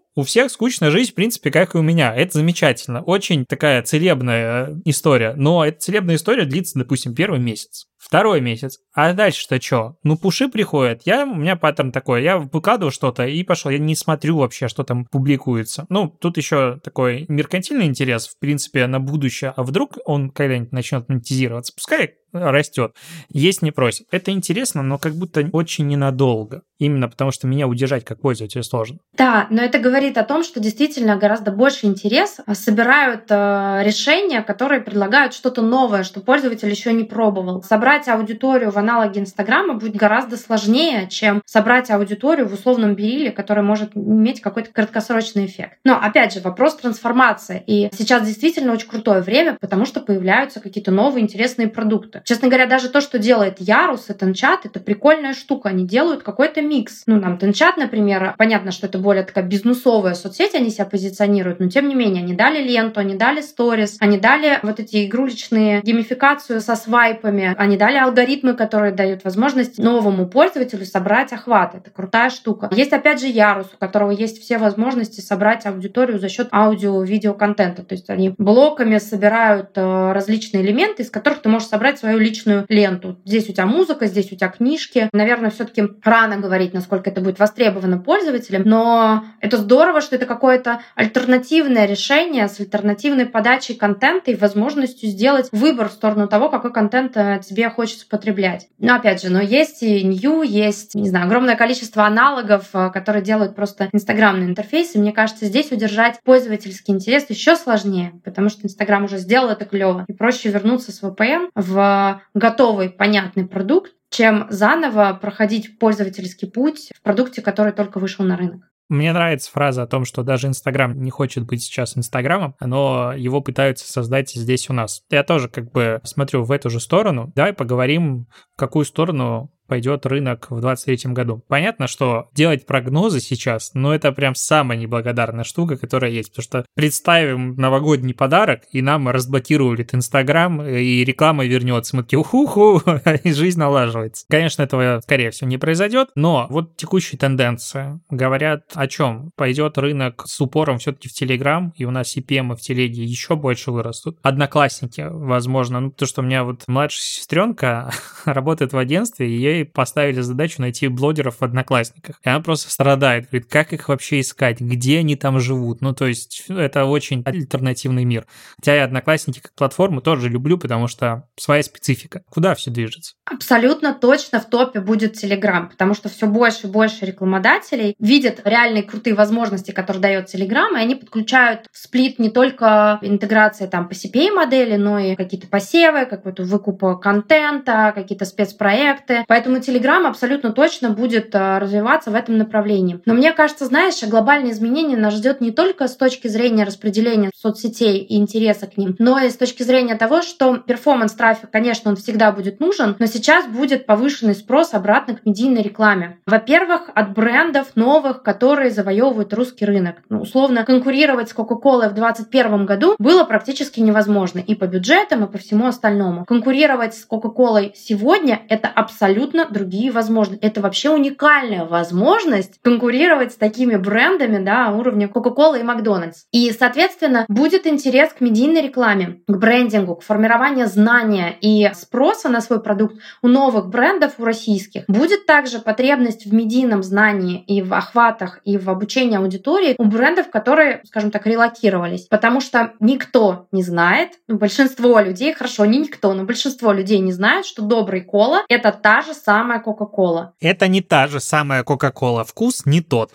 У всех скучная жизнь, в принципе, как и у меня. Это замечательно. Очень такая целебная история. Но эта целебная история длится, допустим, первый месяц. Второй месяц. А дальше-то что? Ну, пуши приходят. У меня паттерн такой. Я выкладываю что-то и пошел. Я не смотрю вообще, что там публикуется. Ну, тут еще такой меркантильный интерес, в принципе, на будущее. А вдруг он когда-нибудь начнет монетизироваться? Пускай растет. Есть не просит. Это интересно, но как будто очень ненадолго. Именно потому, что меня удержать как пользователя сложно. Да, но это говорит о том, что действительно гораздо больше интерес собирают решения, которые предлагают что-то новое, что пользователь еще не пробовал. Собрать аудиторию в аналоге Инстаграма будет гораздо сложнее, чем собрать аудиторию в условном Бериле, который может иметь какой-то краткосрочный эффект. Но опять же, вопрос трансформации. И сейчас действительно очень крутое время, потому что появляются какие-то новые интересные продукты. Честно говоря, даже то, что делает Ярус и Тенчат, это прикольная штука. Они делают какой-то микс. Ну, там, Тенчат, например, понятно, что это более такая бизнесовая соцсеть, они себя позиционируют, но тем не менее, они дали ленту, они дали сторис, они дали вот эти игрулечные геймификацию со свайпами, они дали алгоритмы, которые дают возможность новому пользователю собрать охват. Это крутая штука. Есть, опять же, Ярус, у которого есть все возможности собрать аудиторию за счет аудио-видео-контента. То есть они блоками собирают различные элементы, из которых ты можешь собрать свою личную ленту. Здесь у тебя музыка, здесь у тебя книжки. Наверное, все-таки рано говорить, насколько это будет востребовано пользователям, но это здорово, что это какое-то альтернативное решение с альтернативной подачей контента и возможностью сделать выбор в сторону того, какой контент тебе хочется потреблять. Но опять же, есть и New, есть, не знаю, огромное количество аналогов, которые делают просто инстаграмный интерфейс, и мне кажется, здесь удержать пользовательский интерес еще сложнее, потому что Инстаграм уже сделал это клево, и проще вернуться с VPN в готовый, понятный продукт, чем заново проходить пользовательский путь в продукте, который только вышел на рынок. Мне нравится фраза о том, что даже Инстаграм не хочет быть сейчас Инстаграмом, но его пытаются создать здесь у нас. Я тоже как бы смотрю в эту же сторону. Давай поговорим, в какую сторону пойдет рынок в 2023 году. Понятно, что делать прогнозы сейчас, но это прям самая неблагодарная штука, которая есть, потому что представим новогодний подарок, и нам разблокируют Инстаграм, и реклама вернется. Мы такие, уху-ху, и жизнь налаживается. Конечно, этого, скорее всего, не произойдет, но вот текущие тенденции говорят о чем? Пойдет рынок с упором все-таки в Телеграм, и у нас CPM в Телеге еще больше вырастут. Одноклассники, возможно, потому что у меня вот младшая сестренка работает в агентстве, и ей поставили задачу найти блогеров в Одноклассниках. И она просто страдает, говорит, как их вообще искать, где они там живут. Ну, то есть это очень альтернативный мир. Хотя я Одноклассники как платформу тоже люблю, потому что своя специфика. Куда все движется? Абсолютно точно в топе будет Telegram, потому что все больше и больше рекламодателей видят реальные крутые возможности, которые дает Telegram, и они подключают в сплит не только интеграции там по CPA-модели, но и какие-то посевы, какой-то выкуп контента, какие-то спецпроекты. Поэтому Telegram абсолютно точно будет развиваться в этом направлении. Но мне кажется, знаешь, глобальные изменения нас ждет не только с точки зрения распределения соцсетей и интереса к ним, но и с точки зрения того, что перформанс-трафик, конечно, он всегда будет нужен, но сейчас будет повышенный спрос обратно к медийной рекламе. Во-первых, от брендов новых, которые завоевывают русский рынок. Условно, конкурировать с Coca-Cola в 2021 году было практически невозможно и по бюджетам, и по всему остальному. Конкурировать с Coca-Cola сегодня — это абсолютно другие возможности. Это вообще уникальная возможность конкурировать с такими брендами, да, уровня Coca-Cola и Макдональдс. И, соответственно, будет интерес к медийной рекламе, к брендингу, к формированию знания и спроса на свой продукт у новых брендов, у российских. Будет также потребность в медийном знании и в охватах, и в обучении аудитории у брендов, которые, скажем так, релокировались. Потому что никто не знает, большинство людей, хорошо, не никто, но большинство людей не знает, что добрый кола — это та же самая Coca-Cola. Это не та же самая Coca-Cola. Вкус не тот.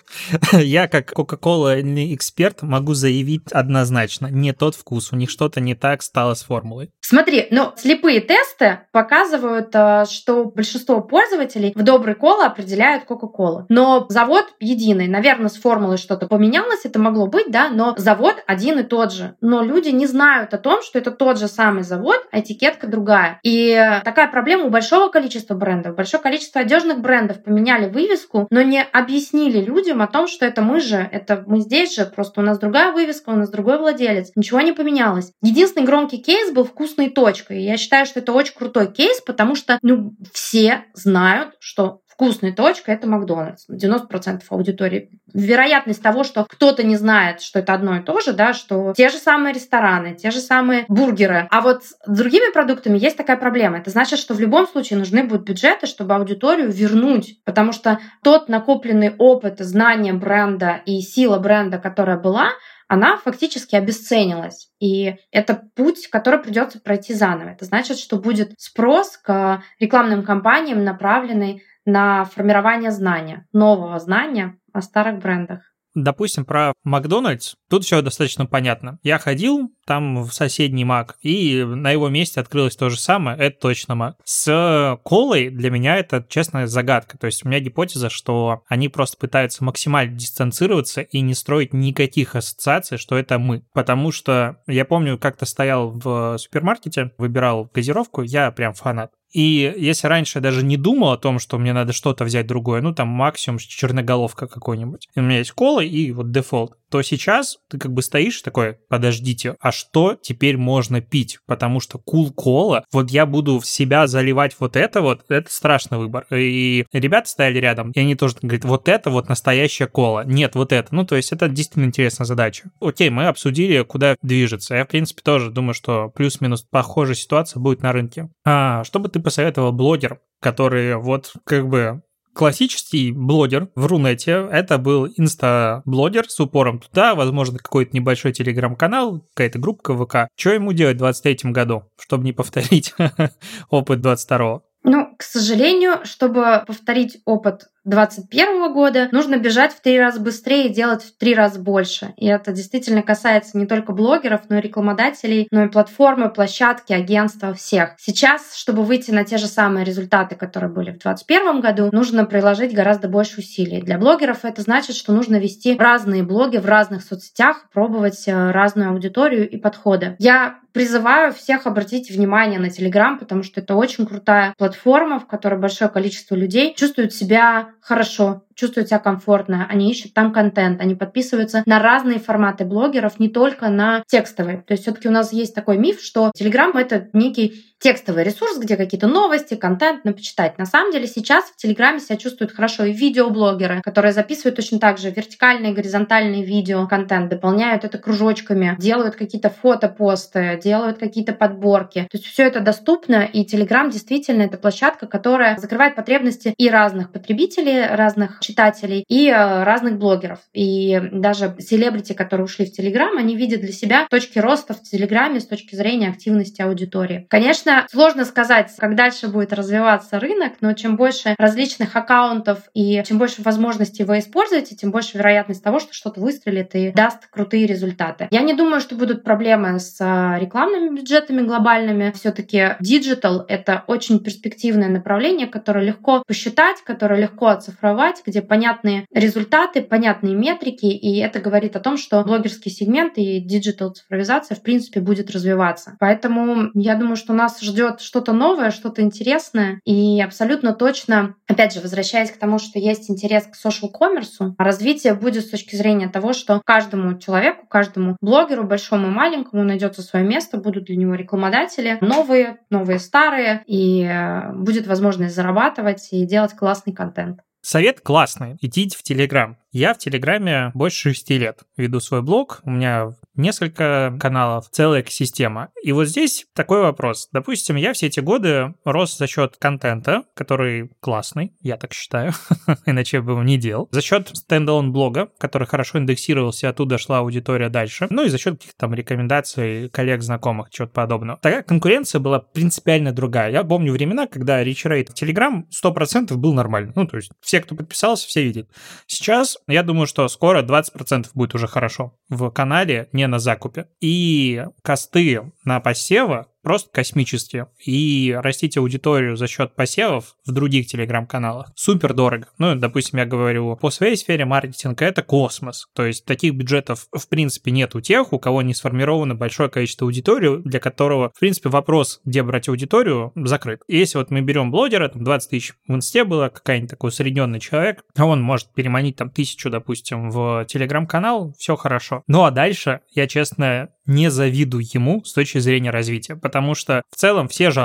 Я как Coca-Cola эксперт могу заявить однозначно, не тот вкус. У них что-то не так стало с формулой. Смотри, слепые тесты показывают, что большинство пользователей в добрый кола определяют Coca-Cola. Но завод единый. Наверное, с формулой что-то поменялось, это могло быть, да, но завод один и тот же. Но люди не знают о том, что это тот же самый завод, а этикетка другая. И такая проблема у большого количества брендов. Большое количество одежных брендов поменяли вывеску, но не объяснили людям о том, что это мы же, это мы здесь же, просто у нас другая вывеска, у нас другой владелец. Ничего не поменялось. Единственный громкий кейс был «Вкусной точкой». И я считаю, что это очень крутой кейс, потому что все знают, что вкусной точкой, это Макдональдс. 90% аудитории. Вероятность того, что кто-то не знает, что это одно и то же, да, что те же самые рестораны, те же самые бургеры. А вот с другими продуктами есть такая проблема. Это значит, что в любом случае нужны будут бюджеты, чтобы аудиторию вернуть, потому что тот накопленный опыт, знание бренда и сила бренда, которая была, она фактически обесценилась. И это путь, который придется пройти заново. Это значит, что будет спрос к рекламным кампаниям, направленный на формирование знания, нового знания о старых брендах. Допустим, про Макдональдс, тут все достаточно понятно. Я ходил там в соседний Мак, и на его месте открылось то же самое, это точно Мак. С колой для меня это, честно, загадка. То есть у меня гипотеза, что они просто пытаются максимально дистанцироваться и не строить никаких ассоциаций, что это мы. Потому что я помню, как-то стоял в супермаркете, выбирал газировку, я прям фанат. И если раньше я даже не думал о том, что мне надо что-то взять другое, ну там максимум черноголовка какой-нибудь, и у меня есть кола и вот дефолт, то сейчас ты как бы стоишь такой, подождите, а что теперь можно пить? Потому что кола, вот я буду в себя заливать вот, это страшный выбор. И ребята стояли рядом, и они тоже говорят, вот это вот настоящая кола, нет, вот это. Ну, то есть это действительно интересная задача. Окей, мы обсудили, куда движется. Я, в принципе, тоже думаю, что плюс-минус похожая ситуация будет на рынке. Что бы ты посоветовал блогерам, которые вот как бы... Классический блогер в Рунете — это был инста-блогер с упором туда, возможно, какой-то небольшой телеграм-канал, какая-то группа ВК. Что ему делать в 2023 году, чтобы не повторить опыт 2022? Ну, к сожалению, чтобы повторить опыт 2021 года, нужно бежать в 3 раза быстрее и делать в 3 раза больше. И это действительно касается не только блогеров, но и рекламодателей, но и платформы, площадки, агентства, всех. Сейчас, чтобы выйти на те же самые результаты, которые были в 2021 году, нужно приложить гораздо больше усилий. Для блогеров это значит, что нужно вести разные блоги в разных соцсетях, пробовать разную аудиторию и подходы. Я призываю всех обратить внимание на Telegram, потому что это очень крутая платформа, в которой большое количество людей чувствуют себя хорошо, чувствуют себя комфортно, они ищут там контент, они подписываются на разные форматы блогеров, не только на текстовые. То есть все-таки у нас есть такой миф, что Telegram — это некий текстовый ресурс, где какие-то новости, контент, почитать. На самом деле сейчас в Телеграме себя чувствуют хорошо и видеоблогеры, которые записывают точно так же вертикальные, горизонтальные видео, контент, дополняют это кружочками, делают какие-то фотопосты, делают какие-то подборки. То есть все это доступно, и Telegram действительно это площадка, которая закрывает потребности и разных потребителей, разных читателей, и разных блогеров. И даже селебрити, которые ушли в Telegram, они видят для себя точки роста в Телеграме с точки зрения активности аудитории. Конечно, сложно сказать, как дальше будет развиваться рынок, но чем больше различных аккаунтов и чем больше возможностей вы используете, тем больше вероятность того, что что-то выстрелит и даст крутые результаты. Я не думаю, что будут проблемы с рекламными бюджетами глобальными. Все-таки диджитал — это очень перспективное направление, которое легко посчитать, которое легко оцифровать, где понятные результаты, понятные метрики, и это говорит о том, что блогерский сегмент и диджитал-цифровизация в принципе будет развиваться. Поэтому я думаю, что нас ждет что-то новое, что-то интересное, и абсолютно точно, опять же, возвращаясь к тому, что есть интерес к social-коммерсу, развитие будет с точки зрения того, что каждому человеку, каждому блогеру, большому и маленькому, найдется свое место, будут для него рекламодатели, новые, старые, и будет возможность зарабатывать и делать классный контент. Совет классный. Идите в Телеграм. Я в Телеграме больше 6 лет веду свой блог. У меня несколько каналов, целая экосистема. И вот здесь такой вопрос. Допустим, я все эти годы рос за счет контента, который классный, я так считаю, иначе бы его не делал. За счет стендалон блога, который хорошо индексировался, оттуда шла аудитория дальше. Ну и за счет каких-то там рекомендаций коллег, знакомых, чего-то подобного. Тогда конкуренция была принципиально другая. Я помню времена, когда reach rate в Telegram 100% был нормальный. Ну, то есть все, кто подписался, все видят. Сейчас я думаю, что скоро 20% будет уже хорошо в канале, не на закупе. И косты на посевы просто космические. И растить аудиторию за счет посевов в других телеграм-каналах супер дорого. Ну, допустим, я говорю, по своей сфере маркетинга это космос. То есть таких бюджетов в принципе нет у тех, у кого не сформировано большое количество аудитории, для которого, в принципе, вопрос, где брать аудиторию, закрыт. И если вот мы берем блогера, там 20 тысяч в инсте было, какой-нибудь такой усредненный человек, а он может переманить там 1000, допустим, в телеграм-канал, все хорошо. Ну а дальше, я честно не завидую ему с точки зрения развития, потому что в целом все жадные,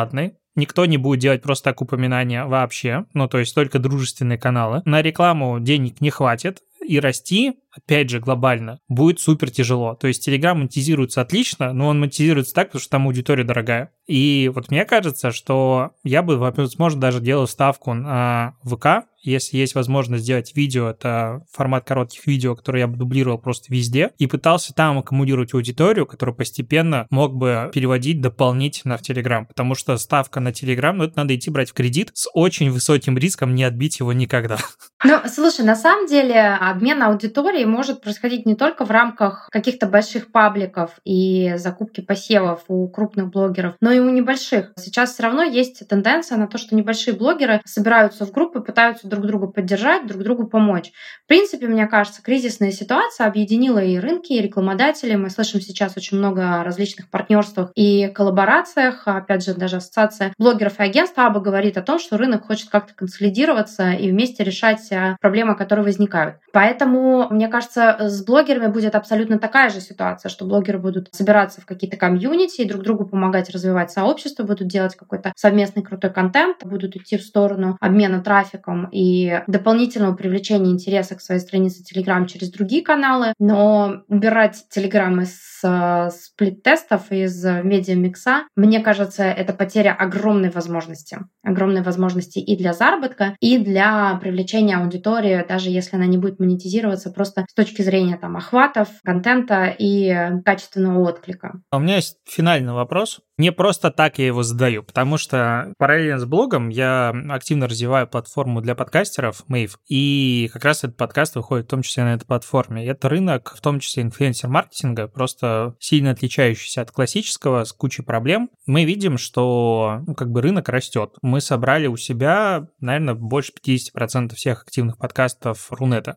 Никто не будет делать просто так упоминания вообще, ну, то есть только дружественные каналы. На рекламу денег не хватит, и расти, опять же, глобально, будет супер тяжело. То есть Telegram монетизируется отлично, но он монетизируется так, потому что там аудитория дорогая. И вот мне кажется, что я бы, возможно, даже делал ставку на ВК, если есть возможность сделать видео, это формат коротких видео, которые я бы дублировал просто везде, и пытался там аккумулировать аудиторию, которую постепенно мог бы переводить дополнительно в Telegram, потому что ставка на Telegram, ну, это надо идти брать в кредит с очень высоким риском не отбить его никогда. Ну, слушай, на самом деле обмен аудиторией может происходить не только в рамках каких-то больших пабликов и закупки посевов у крупных блогеров, но и у небольших. Сейчас все равно есть тенденция на то, что небольшие блогеры собираются в группы, пытаются друг друга поддержать, друг другу помочь. В принципе, мне кажется, кризисная ситуация объединила и рынки, и рекламодателей. Мы слышим сейчас очень много о различных партнерствах и коллаборациях. Опять же, даже ассоциация блогеров и агентств АБА говорит о том, что рынок хочет как-то консолидироваться и вместе решать проблемы, которые возникают. Поэтому, мне кажется, с блогерами будет абсолютно такая же ситуация, что блогеры будут собираться в какие-то комьюнити и друг другу помогать развивать сообщество, будут делать какой-то совместный крутой контент, будут идти в сторону обмена трафиком и дополнительного привлечения интереса к своей странице Telegram через другие каналы. Но убирать Telegram из сплит-тестов, из медиамикса, мне кажется, это потеря огромной возможности. Огромной возможности и для заработка, и для привлечения аудитории, даже если она не будет монетизироваться просто с точки зрения там охватов, контента и качественного отклика. У меня есть финальный вопрос. Не просто так я его задаю, потому что параллельно с блогом я активно развиваю платформу для подкастеров Mave, и как раз этот подкаст выходит в том числе на этой платформе. И это рынок, в том числе инфлюенсер-маркетинга, просто сильно отличающийся от классического, с кучей проблем. Мы видим, что рынок растет. Мы собрали у себя, наверное, больше 50% всех активных подкастов Рунета.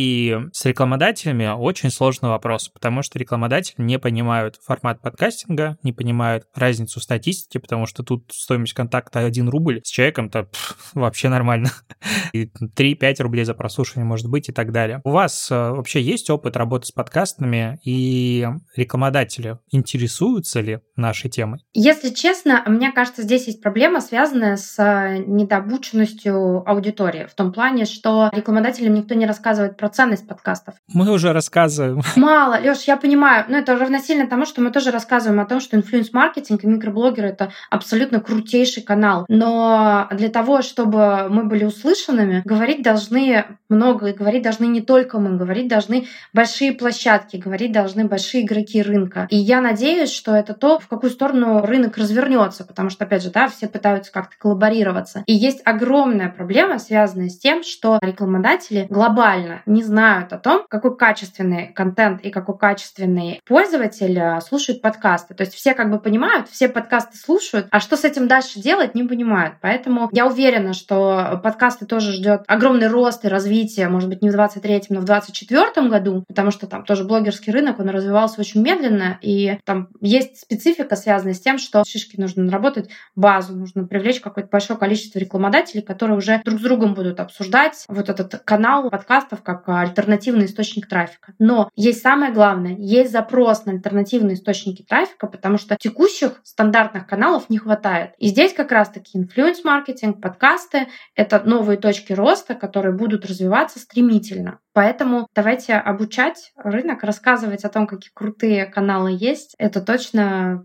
И с рекламодателями очень сложный вопрос, потому что рекламодатели не понимают формат подкастинга, не понимают разницу статистики, потому что тут стоимость контакта 1 рубль, с человеком-то вообще нормально. И 3-5 рублей за прослушивание может быть и так далее. У вас вообще есть опыт работы с подкастами, и рекламодатели интересуются ли нашей темой? Если честно, мне кажется, здесь есть проблема, связанная с недообученностью аудитории. В том плане, что рекламодателям никто не рассказывает про ценность подкастов. Мы уже рассказываем. Мало, Лёш, я понимаю, но это равносильно тому, что мы тоже рассказываем о том, что инфлюенс-маркетинг и микроблогеры — это абсолютно крутейший канал. Но для того, чтобы мы были услышанными, говорить должны много, и говорить должны не только мы, говорить должны большие площадки, говорить должны большие игроки рынка. И я надеюсь, что это то, в какую сторону рынок развернется, потому что, опять же, все пытаются как-то коллаборироваться. И есть огромная проблема, связанная с тем, что рекламодатели глобально не знают о том, какой качественный контент и какой качественный пользователь слушает подкасты. То есть все понимают, все подкасты слушают, а что с этим дальше делать, не понимают. Поэтому я уверена, что подкасты тоже ждет огромный рост и развитие, может быть, не в 23-м, но в 24-м году, потому что там тоже блогерский рынок, он развивался очень медленно, и там есть специфика, связанная с тем, что шишки нужно наработать базу, нужно привлечь какое-то большое количество рекламодателей, которые уже друг с другом будут обсуждать вот этот канал подкастов как альтернативный источник трафика. Но есть самое главное, есть запрос на альтернативные источники трафика, потому что текущих стандартных каналов не хватает. И здесь как раз-таки инфлюенс-маркетинг, подкасты — это новые точки роста, которые будут развиваться стремительно. Поэтому давайте обучать рынок, рассказывать о том, какие крутые каналы есть. Это точно...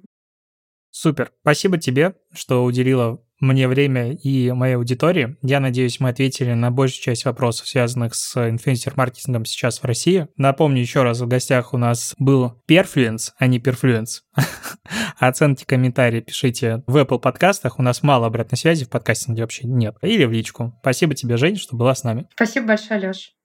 Супер. Спасибо тебе, что уделила мне время и моей аудитории. Я надеюсь, мы ответили на большую часть вопросов, связанных с инфлюенсер-маркетингом сейчас в России. Напомню еще раз, в гостях у нас был Перфлюенс, а не Перфлюенс. Оценки, комментарии пишите в Apple подкастах. У нас мало обратной связи в подкастинге вообще нет. Или в личку. Спасибо тебе, Жень, что была с нами. Спасибо большое, Лёш.